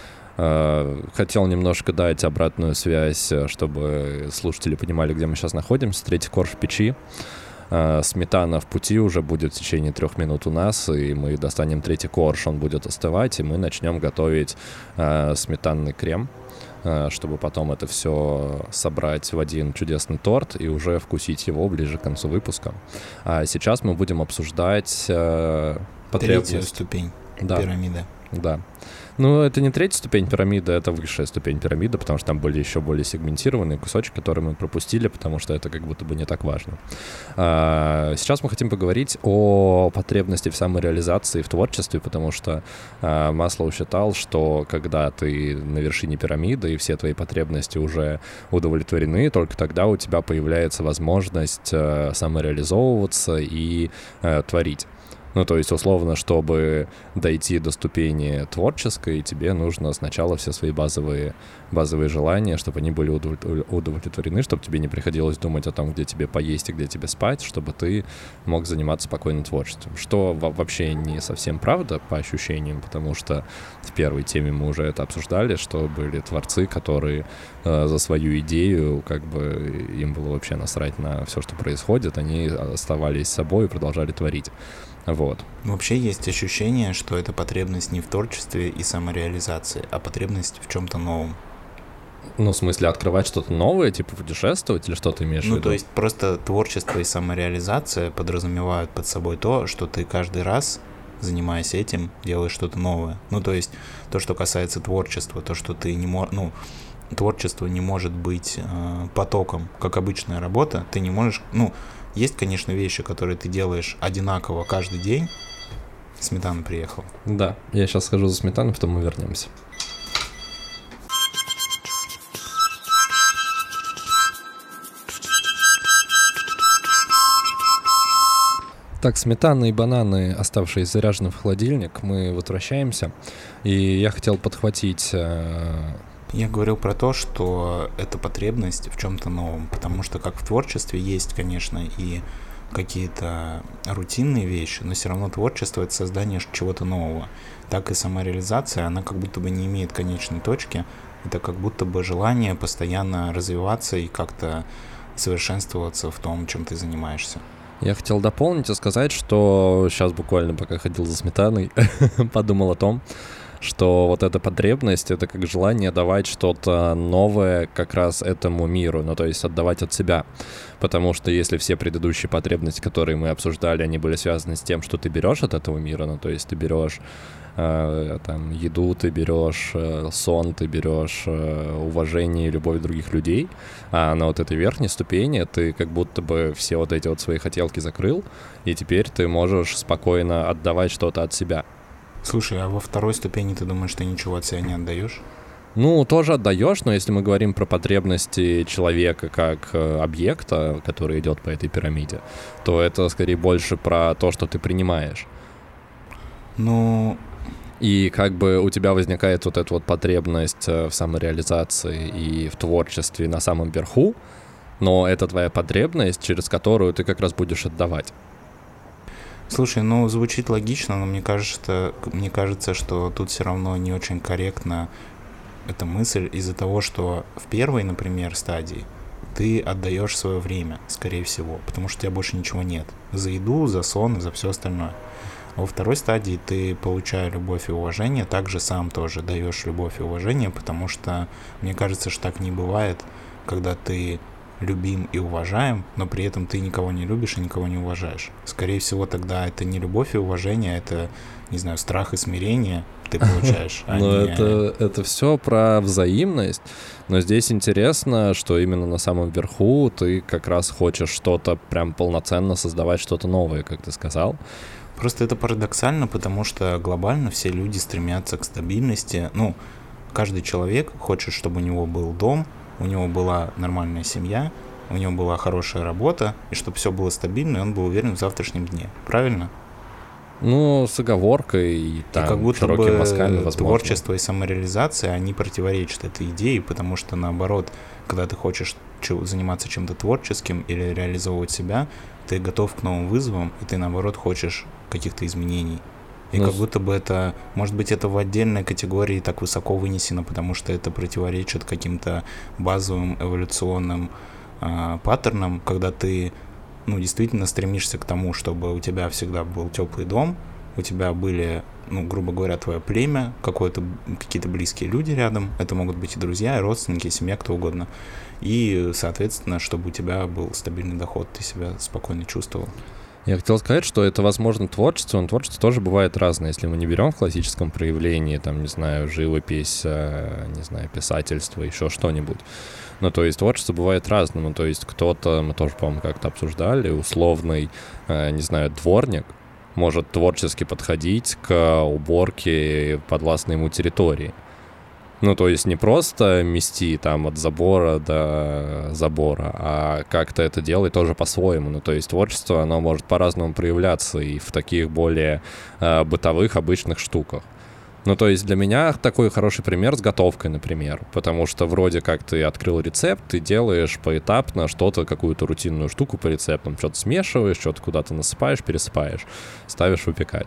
Хотел немножко дать обратную связь, чтобы слушатели понимали, где мы сейчас находимся. Третий корж в печи. Сметана в пути уже будет в течение трех минут у нас, и мы достанем третий корж, он будет остывать, и мы начнем готовить сметанный крем, чтобы потом это все собрать в один чудесный торт и уже вкусить его ближе к концу выпуска. А сейчас мы будем обсуждать потребность. Третью ступень да. пирамиды. Да. Ну, это не третья ступень пирамиды, это высшая ступень пирамиды, потому что там были еще более сегментированные кусочки, которые мы пропустили, потому что это как будто бы не так важно. А, сейчас мы хотим поговорить о потребности в самореализации в творчестве, потому что а, Маслоу считал, что когда ты на вершине пирамиды и все твои потребности уже удовлетворены, только тогда у тебя появляется возможность а, самореализовываться и а, творить. Ну, то есть, условно, чтобы дойти до ступени творческой, тебе нужно сначала все свои базовые, базовые желания, чтобы они были удовлетворены, чтобы тебе не приходилось думать о том, где тебе поесть и где тебе спать, чтобы ты мог заниматься спокойным творчеством. Что вообще не совсем правда, по ощущениям, потому что в первой теме мы уже это обсуждали, что были творцы, которые э, за свою идею, как бы им было вообще насрать на все, что происходит, они оставались собой и продолжали творить. Вот. Вообще есть ощущение, что это потребность не в творчестве и самореализации, а потребность в чем-то новом. Ну, в смысле, открывать что-то новое, типа путешествовать или что ты имеешь в виду? Ну, то есть просто творчество и самореализация подразумевают под собой то, что ты каждый раз, занимаясь этим, делаешь что-то новое. Ну, то есть то, что касается творчества, то, что ты не можешь... Ну, творчество не может быть э, потоком, как обычная работа. Ты не можешь... Ну, есть, конечно, вещи, которые ты делаешь одинаково каждый день. Сметана приехала. Да, я сейчас схожу за сметаной, потом мы вернемся. Так, сметана и бананы, оставшиеся заряжены в холодильник, мы возвращаемся. И я хотел подхватить... Э- Я говорил про то, что это потребность в чем-то новом, потому что как в творчестве есть, конечно, и какие-то рутинные вещи, но все равно творчество — это создание чего-то нового. Так и самореализация, она как будто бы не имеет конечной точки, это как будто бы желание постоянно развиваться и как-то совершенствоваться в том, чем ты занимаешься. Я хотел дополнить и сказать, что сейчас буквально, пока ходил за сметаной, подумал о том, что вот эта потребность — это как желание давать что-то новое как раз этому миру, ну, то есть отдавать от себя. Потому что если все предыдущие потребности, которые мы обсуждали, они были связаны с тем, что ты берешь от этого мира, ну, то есть ты берешь э, там, еду, ты берешь э, сон, ты берешь э, уважение и любовь других людей, а на вот этой верхней ступени ты как будто бы все вот эти вот свои хотелки закрыл, и теперь ты можешь спокойно отдавать что-то от себя. Слушай, а во второй ступени ты думаешь, ты ничего от себя не отдаешь? Ну, тоже отдаешь, но если мы говорим про потребности человека как э, объекта, который идет по этой пирамиде, то это скорее больше про то, что ты принимаешь. Ну... И как бы у тебя возникает вот эта вот потребность в самореализации и в творчестве на самом верху, но это твоя потребность, через которую ты как раз будешь отдавать. Слушай, ну звучит логично, но мне кажется, мне кажется, что тут все равно не очень корректна эта мысль из-за того, что в первой, например, стадии ты отдаешь свое время, скорее всего, потому что у тебя больше ничего нет. За еду, за сон, за все остальное. А во второй стадии ты, получая любовь и уважение, также сам тоже даешь любовь и уважение, потому что мне кажется, что так не бывает, когда ты любим и уважаем, но при этом ты никого не любишь и никого не уважаешь. Скорее всего, тогда это не любовь и уважение, это, не знаю, страх и смирение ты получаешь. А но не... это, это все про взаимность. Но здесь интересно, что именно на самом верху ты как раз хочешь что-то прям полноценно создавать, что-то новое, как ты сказал. Просто это парадоксально, потому что глобально все люди стремятся к стабильности. Ну, каждый человек хочет, чтобы у него был дом, у него была нормальная семья, у него была хорошая работа, и чтобы все было стабильно, и он был уверен в завтрашнем дне. Правильно? Ну, с оговоркой и, там, и как будто широкими бы мазками, возможно. Творчество и самореализация, они противоречат этой идее, потому что, наоборот, когда ты хочешь заниматься чем-то творческим или реализовывать себя, ты готов к новым вызовам, и ты, наоборот, хочешь каких-то изменений. И ну, как будто бы это, может быть, это в отдельной категории так высоко вынесено, потому что это противоречит каким-то базовым эволюционным э, паттернам, когда ты, ну, действительно стремишься к тому, чтобы у тебя всегда был теплый дом, у тебя были, ну, грубо говоря, твое племя, какое-то, какие-то близкие люди рядом, это могут быть и друзья, и родственники, и семья, кто угодно. И, соответственно, чтобы у тебя был стабильный доход, ты себя спокойно чувствовал. Я хотел сказать, что это, возможно, творчество, но творчество тоже бывает разное. Если мы не берем в классическом проявлении, там, не знаю, живопись, не знаю, писательство, еще что-нибудь. Ну, то есть творчество бывает разным. Ну, то есть кто-то, мы тоже, по-моему, как-то обсуждали, условный, не знаю, дворник может творчески подходить к уборке подвластной ему территории. Ну, то есть не просто мести там от забора до забора, а как-то это делать тоже по-своему. Ну, то есть творчество, оно может по-разному проявляться и в таких более э, бытовых, обычных штуках. Ну, то есть для меня такой хороший пример с готовкой, например, потому что вроде как ты открыл рецепт, ты делаешь поэтапно что-то, какую-то рутинную штуку по рецептам, что-то смешиваешь, что-то куда-то насыпаешь, пересыпаешь, ставишь выпекать.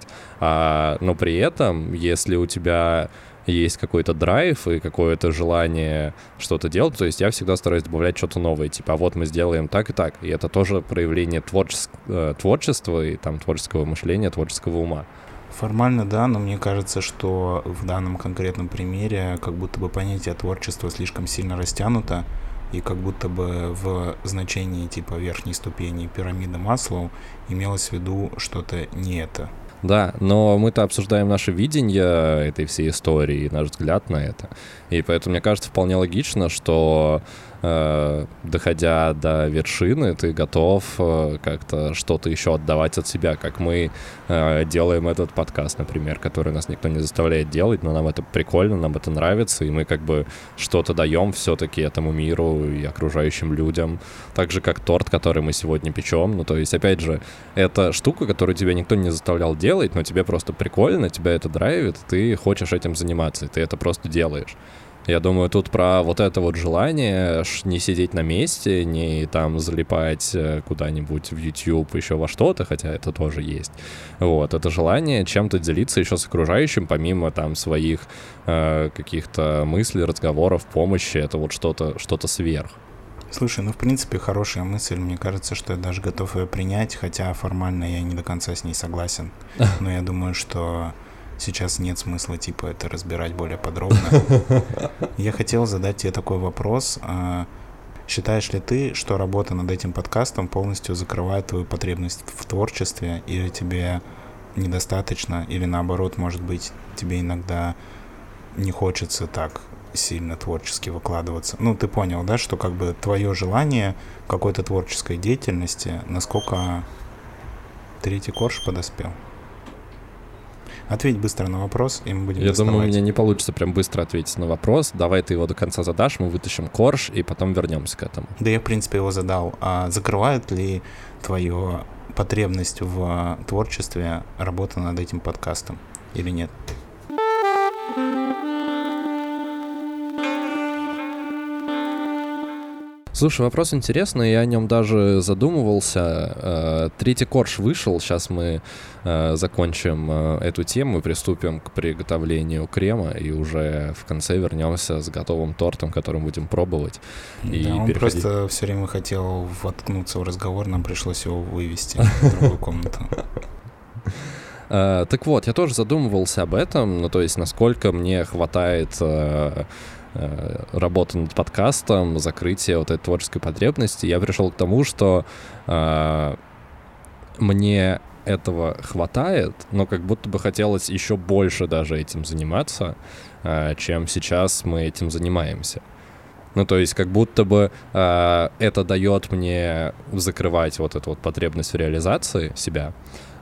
А, но при этом, если у тебя есть какой-то драйв и какое-то желание что-то делать, то есть я всегда стараюсь добавлять что-то новое, типа, а вот мы сделаем так и так, и это тоже проявление творчес... творчества и там творческого мышления, творческого ума. Формально, да, но мне кажется, что в данном конкретном примере как будто бы понятие творчества слишком сильно растянуто, и как будто бы в значении типа верхней ступени пирамиды Маслоу имелось в виду что-то не это. Да, но мы-то обсуждаем наше видение этой всей истории, наш взгляд на это. И поэтому, мне кажется, вполне логично, что э, доходя до вершины, ты готов э, как-то что-то еще отдавать от себя, как мы э, делаем этот подкаст, например, который нас никто не заставляет делать, но нам это прикольно, нам это нравится, и мы как бы что-то даем все-таки этому миру и окружающим людям, так же, как торт, который мы сегодня печем. Ну, то есть, опять же, это штука, которую тебя никто не заставлял делать, но тебе просто прикольно, тебя это драйвит, ты хочешь этим заниматься, и ты это просто делаешь. Я думаю, тут про вот это вот желание не сидеть на месте, не там залипать куда-нибудь в YouTube, еще во что-то, хотя это тоже есть. Вот, это желание чем-то делиться еще с окружающим, помимо там своих э, каких-то мыслей, разговоров, помощи, это вот что-то, что-то сверх. Слушай, ну в принципе хорошая мысль, мне кажется, что я даже готов ее принять, хотя формально я не до конца с ней согласен, но я думаю, что сейчас нет смысла типа это разбирать более подробно. Я хотел задать тебе такой вопрос. Считаешь ли ты, что работа над этим подкастом полностью закрывает твою потребность в творчестве, или тебе недостаточно, или наоборот, может быть, тебе иногда не хочется так сильно творчески выкладываться? Ну, ты понял, да, что как бы твое желание какой-то творческой деятельности, насколько третий корж подоспел? Ответь быстро на вопрос, и мы будем Я доставать. думаю, у меня не получится прям быстро ответить на вопрос. Давай ты его до конца задашь, мы вытащим корж, и потом вернемся к этому. Да я, в принципе, его задал. А закрывает ли твою потребность в творчестве работа над этим подкастом или нет? Слушай, вопрос интересный, я о нем даже задумывался. Третий корж вышел, сейчас мы закончим эту тему и приступим к приготовлению крема, и уже в конце вернемся с готовым тортом, который будем пробовать. И да, он переходить... просто все время хотел воткнуться в разговор, нам пришлось его вывести в другую комнату. Так вот, я тоже задумывался об этом, ну то есть насколько мне хватает... работа над подкастом, закрытие вот этой творческой потребности, я пришел к тому, что э, мне этого хватает, но как будто бы хотелось еще больше даже этим заниматься, э, чем сейчас мы этим занимаемся. Ну, то есть как будто бы э, это дает мне закрывать вот эту вот потребность в реализации себя,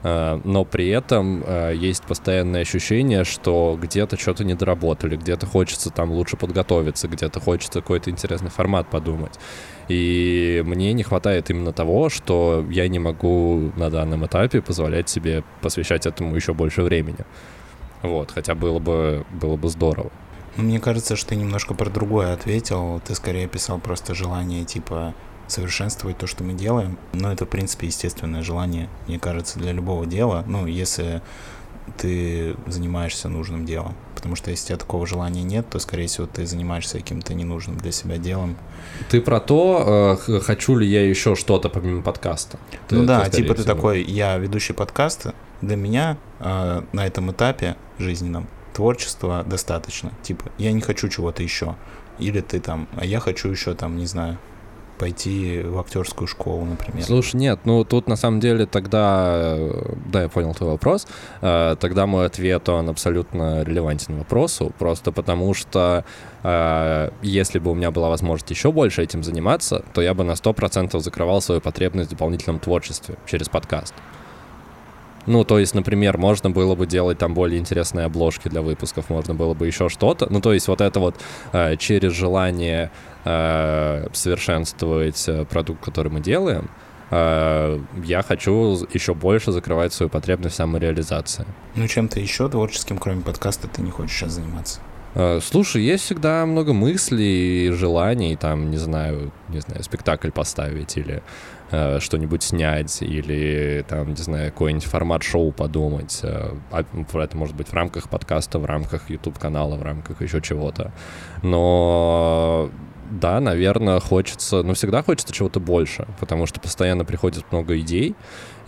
но при этом есть постоянное ощущение, что где-то что-то недоработали, где-то хочется там лучше подготовиться, где-то хочется какой-то интересный формат подумать. И мне не хватает именно того, что я не могу на данном этапе позволять себе посвящать этому еще больше времени. Вот, хотя было бы, было бы здорово. Ну, мне кажется, что ты немножко про другое ответил. Ты скорее писал просто желание, типа, совершенствовать то, что мы делаем. Но это, в принципе, естественное желание, мне кажется, для любого дела. Ну, если ты занимаешься нужным делом. Потому что если у тебя такого желания нет, то, скорее всего, ты занимаешься каким-то ненужным для себя делом. Ты про то, э, хочу ли я еще что-то помимо подкаста? Ты, ну да, ты, типа ты всего. такой, я ведущий подкаста. Для меня э, на этом этапе жизненном творчества достаточно. Типа, я не хочу чего-то еще. Или ты там, а я хочу еще там, не знаю, пойти в актерскую школу, например. Слушай, нет, ну тут на самом деле тогда, да, я понял твой вопрос, тогда мой ответ, он абсолютно релевантен вопросу, просто потому что если бы у меня была возможность еще больше этим заниматься, то я бы на сто процентов закрывал свою потребность в дополнительном творчестве через подкаст. Ну, то есть, например, можно было бы делать там более интересные обложки для выпусков, можно было бы еще что-то. Ну, то есть вот это вот э, через желание э, совершенствовать продукт, который мы делаем, э, я хочу еще больше закрывать свою потребность в самореализации. Ну, чем-то еще творческим, кроме подкаста, ты не хочешь сейчас заниматься? Э, слушай, есть всегда много мыслей и желаний, там, не знаю, не знаю, спектакль поставить или что-нибудь снять, или там, не знаю, какой-нибудь формат шоу подумать. Это может быть в рамках подкаста, в рамках YouTube-канала, в рамках еще чего-то. Но да, наверное, хочется, ну, всегда хочется чего-то больше, потому что постоянно приходит много идей,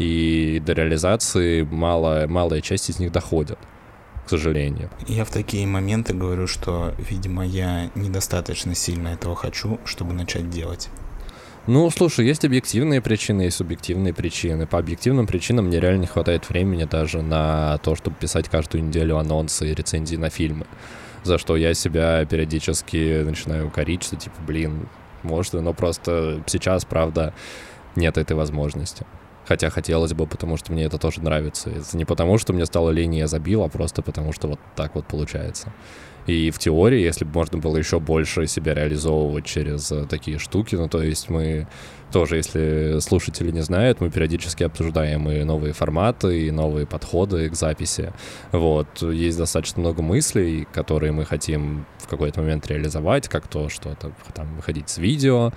и до реализации мало, малая часть из них доходит, к сожалению. Я в такие моменты говорю, что, видимо, я недостаточно сильно этого хочу, чтобы начать делать. Ну, слушай, есть объективные причины, есть субъективные причины. По объективным причинам мне реально не хватает времени даже на то, чтобы писать каждую неделю анонсы и рецензии на фильмы. За что я себя периодически начинаю укорить, что типа, блин, может, но просто сейчас, правда, нет этой возможности. Хотя хотелось бы, потому что мне это тоже нравится. Это не потому, что мне стало лень, и я забил, а просто потому, что вот так вот получается. И в теории, если бы можно было еще больше себя реализовывать через такие штуки, ну, то есть мы тоже, если слушатели не знают, мы периодически обсуждаем и новые форматы, и новые подходы к записи. Вот. Есть достаточно много мыслей, которые мы хотим в какой-то момент реализовать, как то, что там выходить с видео,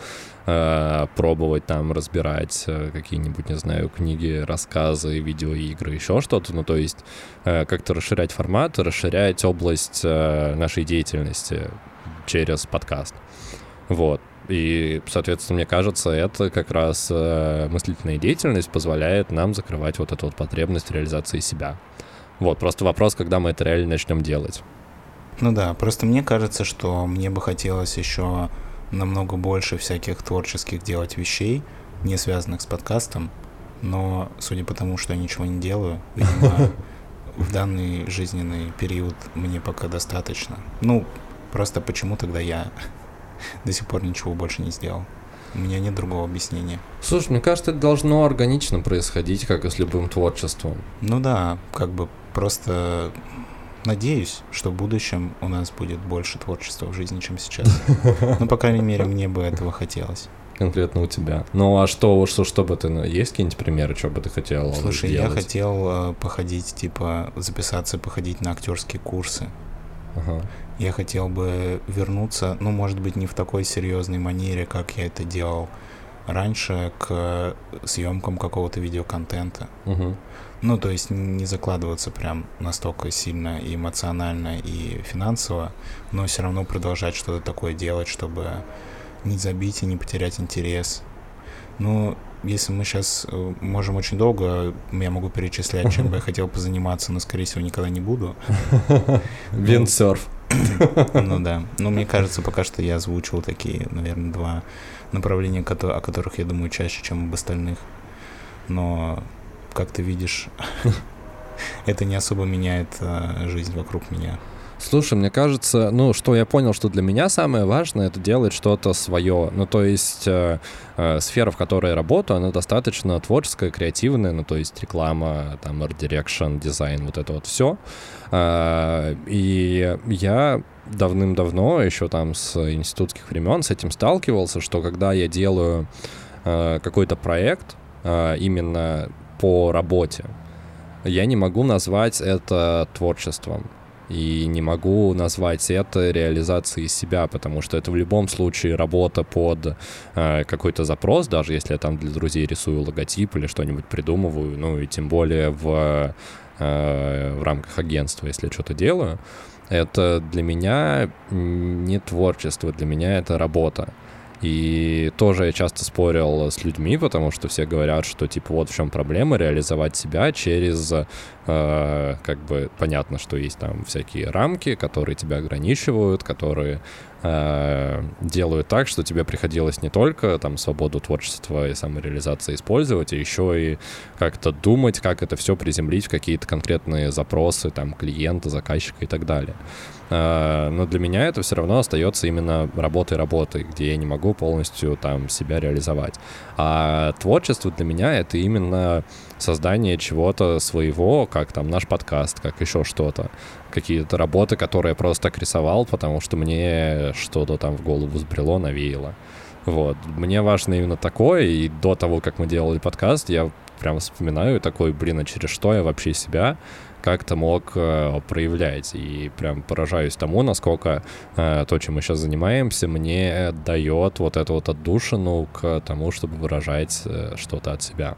э, пробовать там разбирать какие-нибудь, не знаю, книги, рассказы, видеоигры, еще что-то. Ну, то есть э, как-то расширять формат, расширять область э, нашей деятельности через подкаст. Вот. И, соответственно, мне кажется, это как раз э, мыслительная деятельность позволяет нам закрывать вот эту вот потребность в реализации себя. Вот, просто вопрос, когда мы это реально начнем делать. Ну да, просто мне кажется, что мне бы хотелось еще намного больше всяких творческих делать вещей, не связанных с подкастом, но, судя по тому, что я ничего не делаю, видимо, в данный жизненный период мне пока достаточно. Ну, просто почему тогда я до сих пор ничего больше не сделал? У меня нет другого объяснения. Слушай, мне кажется, это должно органично происходить, как и с любым творчеством. Ну да, как бы просто надеюсь, что в будущем у нас будет больше творчества в жизни, чем сейчас. Ну, по крайней мере, мне бы этого хотелось. Конкретно у тебя. Ну, а что, что, что бы ты... Есть какие-нибудь примеры, что бы ты хотел Слушай, делать? я хотел походить, типа, записаться, походить на актерские курсы. Ага. Я хотел бы вернуться, ну, может быть, не в такой серьезной манере, как я это делал раньше, к съемкам какого-то видеоконтента. Угу. Ну, то есть не закладываться прям настолько сильно и эмоционально, и финансово, но все равно продолжать что-то такое делать, чтобы не забить и не потерять интерес. Ну, если мы сейчас можем очень долго, я могу перечислять, чем бы я хотел позаниматься, но, скорее всего, никогда не буду. Виндсерф. Ну да. Но мне кажется, пока что я озвучил такие, наверное, два направления, о которых я думаю чаще, чем об остальных. Но, как ты видишь, это не особо меняет жизнь вокруг меня. Слушай, мне кажется, ну, что я понял, что для меня самое важное — это делать что-то свое. Ну, то есть э, э, сфера, в которой я работаю, она достаточно творческая, креативная, ну, то есть реклама, там, арт-дирекшн, дизайн, вот это вот все. Э, и я давным-давно, еще там с институтских времен, с этим сталкивался, что когда я делаю э, какой-то проект э, именно по работе, я не могу назвать это творчеством. И не могу назвать это реализацией себя, потому что это в любом случае работа под э, какой-то запрос, даже если я там для друзей рисую логотип или что-нибудь придумываю, ну и тем более в, э, в рамках агентства, если я что-то делаю. Это для меня не творчество, для меня это работа. И тоже я часто спорил с людьми, потому что все говорят, что типа вот в чем проблема — реализовать себя через, э, как бы, понятно, что есть там всякие рамки, которые тебя ограничивают, которые э, делают так, что тебе приходилось не только там свободу творчества и самореализации использовать, а еще и как-то думать, как это все приземлить в какие-то конкретные запросы там клиента, заказчика и так далее. Но для меня это все равно остается именно работой-работой, где я не могу полностью там себя реализовать. А творчество для меня — это именно создание чего-то своего, как там наш подкаст, как еще что-то. Какие-то работы, которые я просто так рисовал, потому что мне что-то там в голову взбрело, навеяло. Вот. Мне важно именно такое, и до того, как мы делали подкаст, я прям вспоминаю такой, блин, а через что я вообще себя как-то мог э, проявлять. И прям поражаюсь тому, насколько э, то, чем мы сейчас занимаемся, мне дает вот эту вот отдушину к тому, чтобы выражать э, что-то от себя.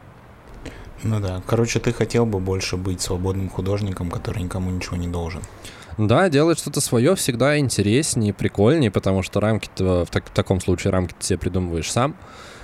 Ну да, короче, ты хотел бы больше быть свободным художником, который никому ничего не должен. Да, делать что-то свое всегда интереснее, прикольнее, потому что рамки-то, в, так, в таком случае рамки ты себе придумываешь сам,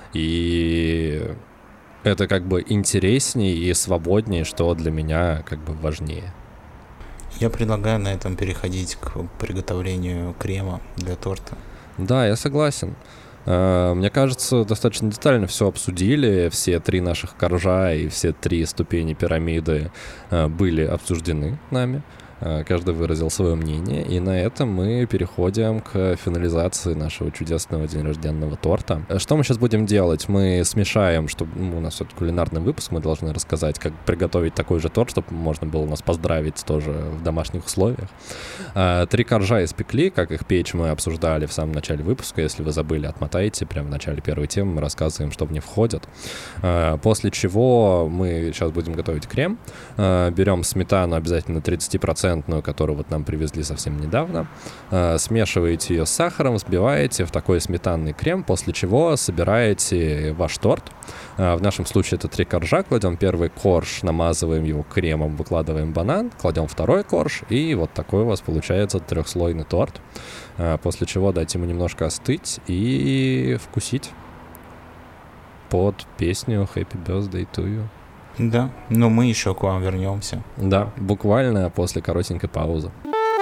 и это как бы интереснее и свободнее, что для меня как бы важнее. Я предлагаю на этом переходить к приготовлению крема для торта. Да, я согласен. Мне кажется, достаточно детально все обсудили, все три наших коржа и все три ступени пирамиды были обсуждены нами. Каждый выразил свое мнение, и на этом мы переходим к финализации нашего чудесного день рожденного торта. Что мы сейчас будем делать? Мы смешаем, чтобы ну, у нас все-таки кулинарный выпуск, мы должны рассказать, как приготовить такой же торт, чтобы можно было нас поздравить тоже в домашних условиях. Три коржа испекли, как их печь мы обсуждали в самом начале выпуска. Если вы забыли, отмотайте, прямо в начале первой темы мы рассказываем, что в них входит. После чего мы сейчас будем готовить крем. Берем сметану обязательно тридцать процентов, которую вот нам привезли совсем недавно. Э, смешиваете ее с сахаром, взбиваете в такой сметанный крем, после чего собираете ваш торт. Э, в нашем случае это три коржа. Кладем первый корж, намазываем его кремом, выкладываем банан, кладем второй корж, и вот такой у вас получается трехслойный торт. Э, после чего дать ему немножко остыть и вкусить под песню Happy Birthday to you. Да, но мы еще к вам вернемся. Да, буквально после коротенькой паузы.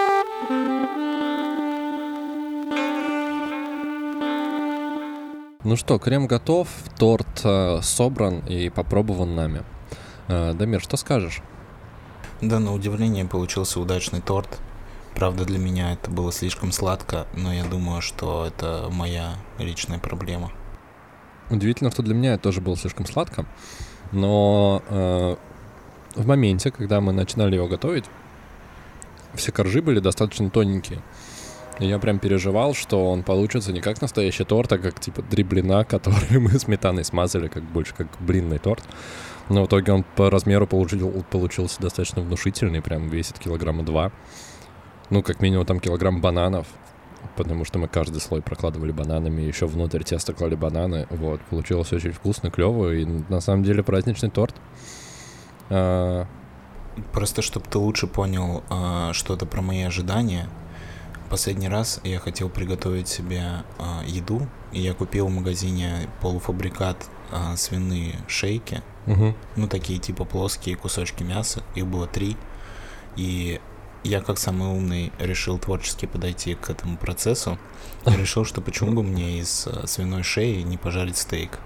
Ну что, крем готов, торт э, собран и попробован нами. Э, Дамир, что скажешь? Да, на удивление получился удачный торт. Правда, для меня это было слишком сладко, но я думаю, что это моя личная проблема. Удивительно, что для меня это тоже было слишком сладко. Но э, в моменте, когда мы начинали его готовить, все коржи были достаточно тоненькие. И я прям переживал, что он получится не как настоящий торт, а как типа три блина, которые мы сметаной смазали, как больше как блинный торт. Но в итоге он по размеру получил, получился достаточно внушительный, прям весит килограмма два. Ну, как минимум там килограмм бананов. Потому что мы каждый слой прокладывали бананами, еще внутрь теста клали бананы. Вот, получилось очень вкусно, клево, и на самом деле праздничный торт. А... Просто чтобы ты лучше понял а, что-то про мои ожидания. Последний раз я хотел приготовить себе а, еду, и я купил в магазине полуфабрикат а, свиные шейки. Угу. Ну, такие типа плоские кусочки мяса, их было три. И я, как самый умный, решил творчески подойти к этому процессу и решил, что почему бы мне из свиной шеи не пожарить стейк.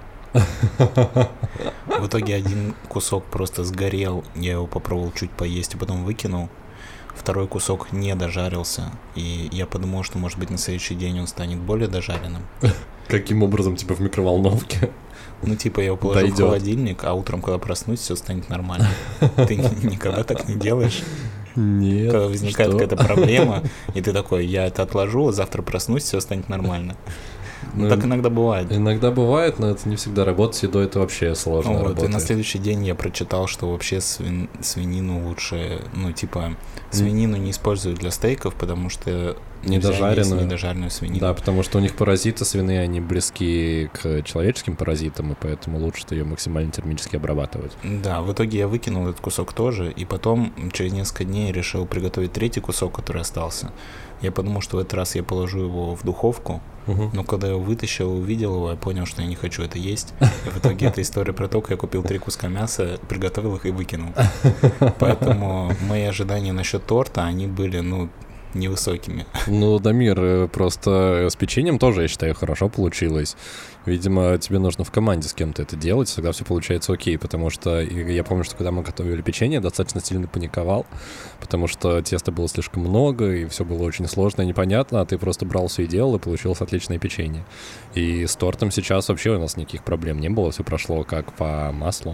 В итоге один кусок просто сгорел, я его попробовал чуть поесть и потом выкинул. второй кусок не дожарился, и я подумал, что, может быть, на следующий день он станет более дожаренным. Каким образом, типа в микроволновке? Ну, типа, я его положу Дойдет. в холодильник, а утром, когда проснусь, все станет нормально. Ты никогда так не делаешь? Нет. Когда возникает какая-то проблема, и ты такой, я это отложу, завтра проснусь, все станет нормально. Ну, так иногда бывает. Иногда бывает, но это не всегда работает. С едой это вообще сложно вот, работает. И на следующий день я прочитал, что вообще свин... свинину лучше, ну, типа, свинину не используют для стейков, потому что недожаренную. недожаренную свинину. Да, потому что у них паразиты свиные, они близки к человеческим паразитам, и поэтому лучше ее максимально термически обрабатывать. Да, в итоге я выкинул этот кусок тоже, и потом через несколько дней решил приготовить третий кусок, который остался. Я подумал, что в этот раз я положу его в духовку, uh-huh. но когда я его вытащил и увидел его, я понял, что я не хочу это есть. И в итоге эта история про то, как я купил три куска мяса, приготовил их и выкинул. Поэтому мои ожидания насчет торта, они были, ну, невысокими. Ну, Дамир, просто с печеньем тоже, я считаю, хорошо получилось. Видимо, тебе нужно в команде с кем-то это делать, тогда все получается окей, потому что я помню, что когда мы готовили печенье, я достаточно сильно паниковал, потому что теста было слишком много, и все было очень сложно и непонятно, а ты просто брал все и делал, и получилось отличное печенье. И с тортом сейчас вообще у нас никаких проблем не было, все прошло как по маслу.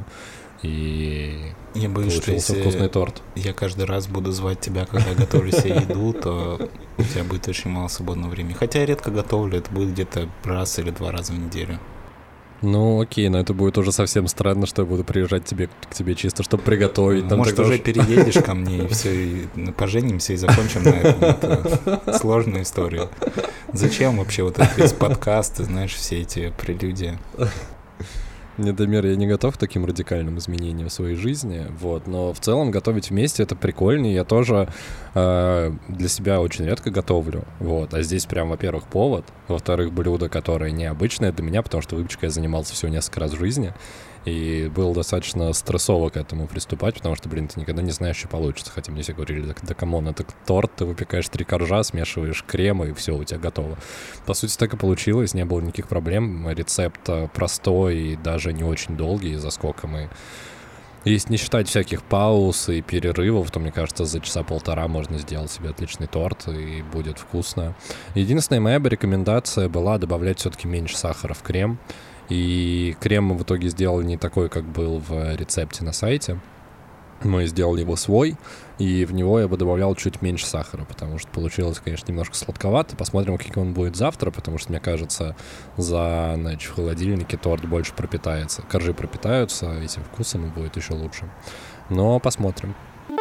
И я боюсь, что если вкусный торт. Я каждый раз буду звать тебя, когда готовлю себе еду, то у тебя будет очень мало свободного времени. Хотя я редко готовлю, это будет где-то раз или два раза в неделю. Ну окей, но это будет уже совсем странно, что я буду приезжать тебе, к тебе чисто, чтобы приготовить. Там Может, уже уж... переедешь ко мне, и все, и поженимся, и закончим на этом. Это сложная история. Зачем вообще вот этот весь подкаст, ты знаешь, все эти прелюдии? Нет, Дамир, я не готов к таким радикальным изменениям в своей жизни, вот, но в целом готовить вместе — это прикольно, я тоже э, для себя очень редко готовлю, вот, а здесь прям, во-первых, повод, во-вторых, блюдо, которое необычное для меня, потому что выпечкой я занимался всего несколько раз в жизни, и было достаточно стрессово к этому приступать, потому что, блин, ты никогда не знаешь, что получится. Хотя мне все говорили, да, да камон, это торт, ты выпекаешь три коржа, смешиваешь крем, и все, у тебя готово. По сути, так и получилось, не было никаких проблем. Рецепт простой и даже не очень долгий, за сколько мы... Если не считать всяких пауз и перерывов, то, мне кажется, за часа полтора можно сделать себе отличный торт, и будет вкусно. Единственная моя бы рекомендация была добавлять все-таки меньше сахара в крем. И крем мы в итоге сделали не такой, как был в рецепте на сайте. Мы сделали его свой, и в него я бы добавлял чуть меньше сахара, потому что получилось, конечно, немножко сладковато. Посмотрим, каким он будет завтра, потому что, мне кажется, за ночь в холодильнике торт больше пропитается. Коржи пропитаются этим вкусом, и будет еще лучше. Но посмотрим.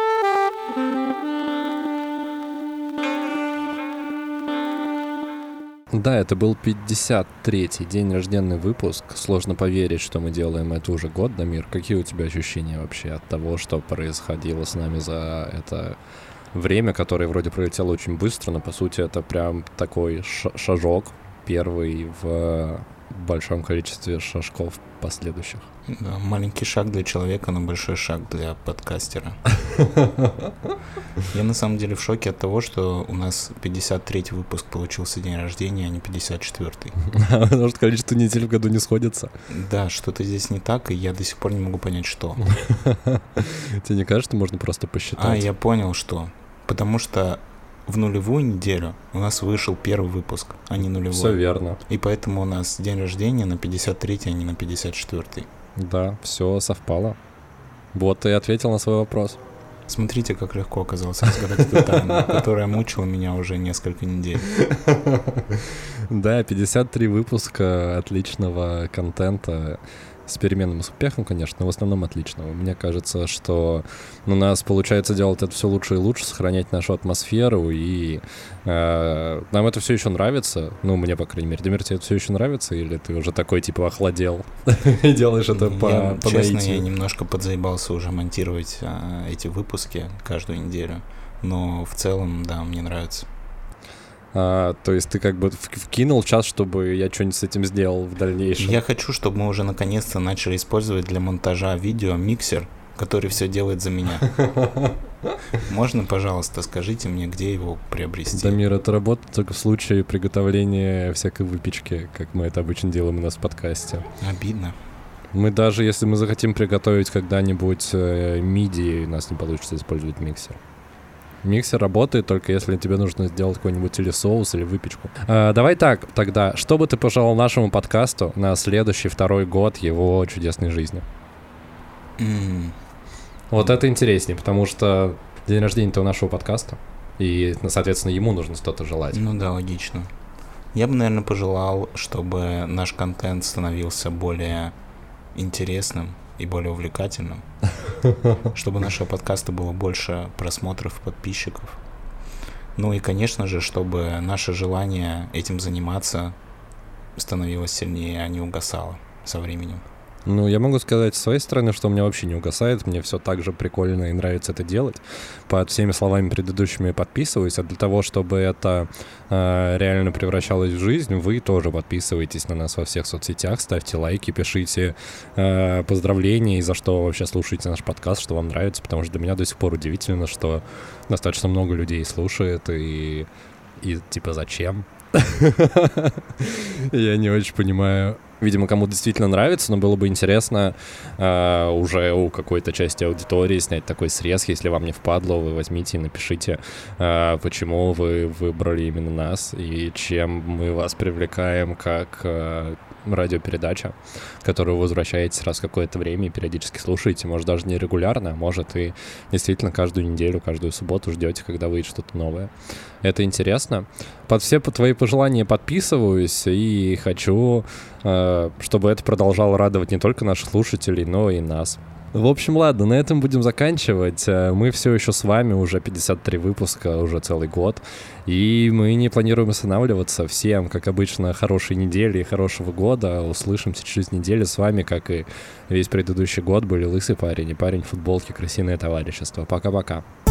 Да, это был пятьдесят третий день рожденный выпуск. Сложно поверить, что мы делаем это уже год, Дамир. Какие у тебя ощущения вообще от того, что происходило с нами за это время, которое вроде пролетело очень быстро, но по сути это прям такой шажок, первый в большом количестве шажков последующих. Да, маленький шаг для человека, но большой шаг для подкастера. Я на самом деле в шоке от того, что у нас пятьдесят третий выпуск получился день рождения, а не пятьдесят четвёртый. Потому что количество недель в году не сходится. Да, что-то здесь не так, и я до сих пор не могу понять, что. Тебе не кажется, можно просто посчитать? А, я понял, что. Потому что в нулевую неделю у нас вышел первый выпуск, а не нулевой. Все верно. И поэтому у нас день рождения на пятьдесят третий, а не на пятьдесят четвёртый. Да, все совпало. Вот ты ответил на свой вопрос. Смотрите, как легко оказалось разгадать эту тайну, которая мучила меня уже несколько недель. Да, пятьдесят три выпуска отличного контента. С переменным успехом, конечно, но в основном отличного. Мне кажется, что у нас получается делать это все лучше и лучше, сохранять нашу атмосферу, и э, нам это все еще нравится. Ну, мне, по крайней мере. Дамир, тебе это все еще нравится, или ты уже такой, типа, охладел и делаешь это по наитию? Честно, я немножко подзаебался уже монтировать эти выпуски каждую неделю, но в целом, да, мне нравится. А, то есть ты как бы вкинул час, чтобы я что-нибудь с этим сделал в дальнейшем? Я хочу, чтобы мы уже наконец-то начали использовать для монтажа видео миксер, который все делает за меня. Можно, пожалуйста, скажите мне, где его приобрести? Дамир, это работает только в случае приготовления всякой выпечки, как мы это обычно делаем у нас в подкасте. Обидно. Мы даже, если мы захотим приготовить когда-нибудь э, мидии, у нас не получится использовать миксер. Миксер работает только если тебе нужно сделать какой-нибудь или соус, или выпечку. А, давай так, тогда, что бы ты пожелал нашему подкасту на следующий второй год его чудесной жизни? Mm. Вот это интереснее, потому что день рождения-то у нашего подкаста, и, соответственно, ему нужно что-то желать. Ну да, логично. Я бы, наверное, пожелал, чтобы наш контент становился более интересным и более увлекательным, чтобы нашего подкаста было больше просмотров, подписчиков. Ну и, конечно же, чтобы наше желание этим заниматься становилось сильнее, а не угасало со временем. Ну, я могу сказать с своей стороны, что у меня вообще не угасает, мне все так же прикольно и нравится это делать. Под всеми словами предыдущими подписываюсь, а для того, чтобы это э, реально превращалось в жизнь, вы тоже подписывайтесь на нас во всех соцсетях, ставьте лайки, пишите э, поздравления, и за что вообще слушаете наш подкаст, что вам нравится, потому что для меня до сих пор удивительно, что достаточно много людей слушает, и, и типа зачем? Я не очень понимаю. Видимо, кому действительно нравится, но было бы интересно э, уже у какой-то части аудитории снять такой срез. Если вам не впадло, вы возьмите и напишите, э, почему вы выбрали именно нас и чем мы вас привлекаем как э, радиопередача, которую вы возвращаетесь раз в какое-то время и периодически слушаете. Может, даже не регулярно, а может и действительно каждую неделю, каждую субботу ждете, когда выйдет что-то новое. Это интересно. Под все твои пожелания подписываюсь и хочу, э, чтобы это продолжало радовать не только наших слушателей, но и нас. В общем, ладно, на этом будем заканчивать. Мы все еще с вами, уже пятьдесят три выпуска, уже целый год. И мы не планируем останавливаться. Всем, как обычно, хорошей недели и хорошего года. Услышимся через неделю с вами, как и весь предыдущий год. Были Лысый парень и парень в футболке «Крысиное товарищество». Пока-пока.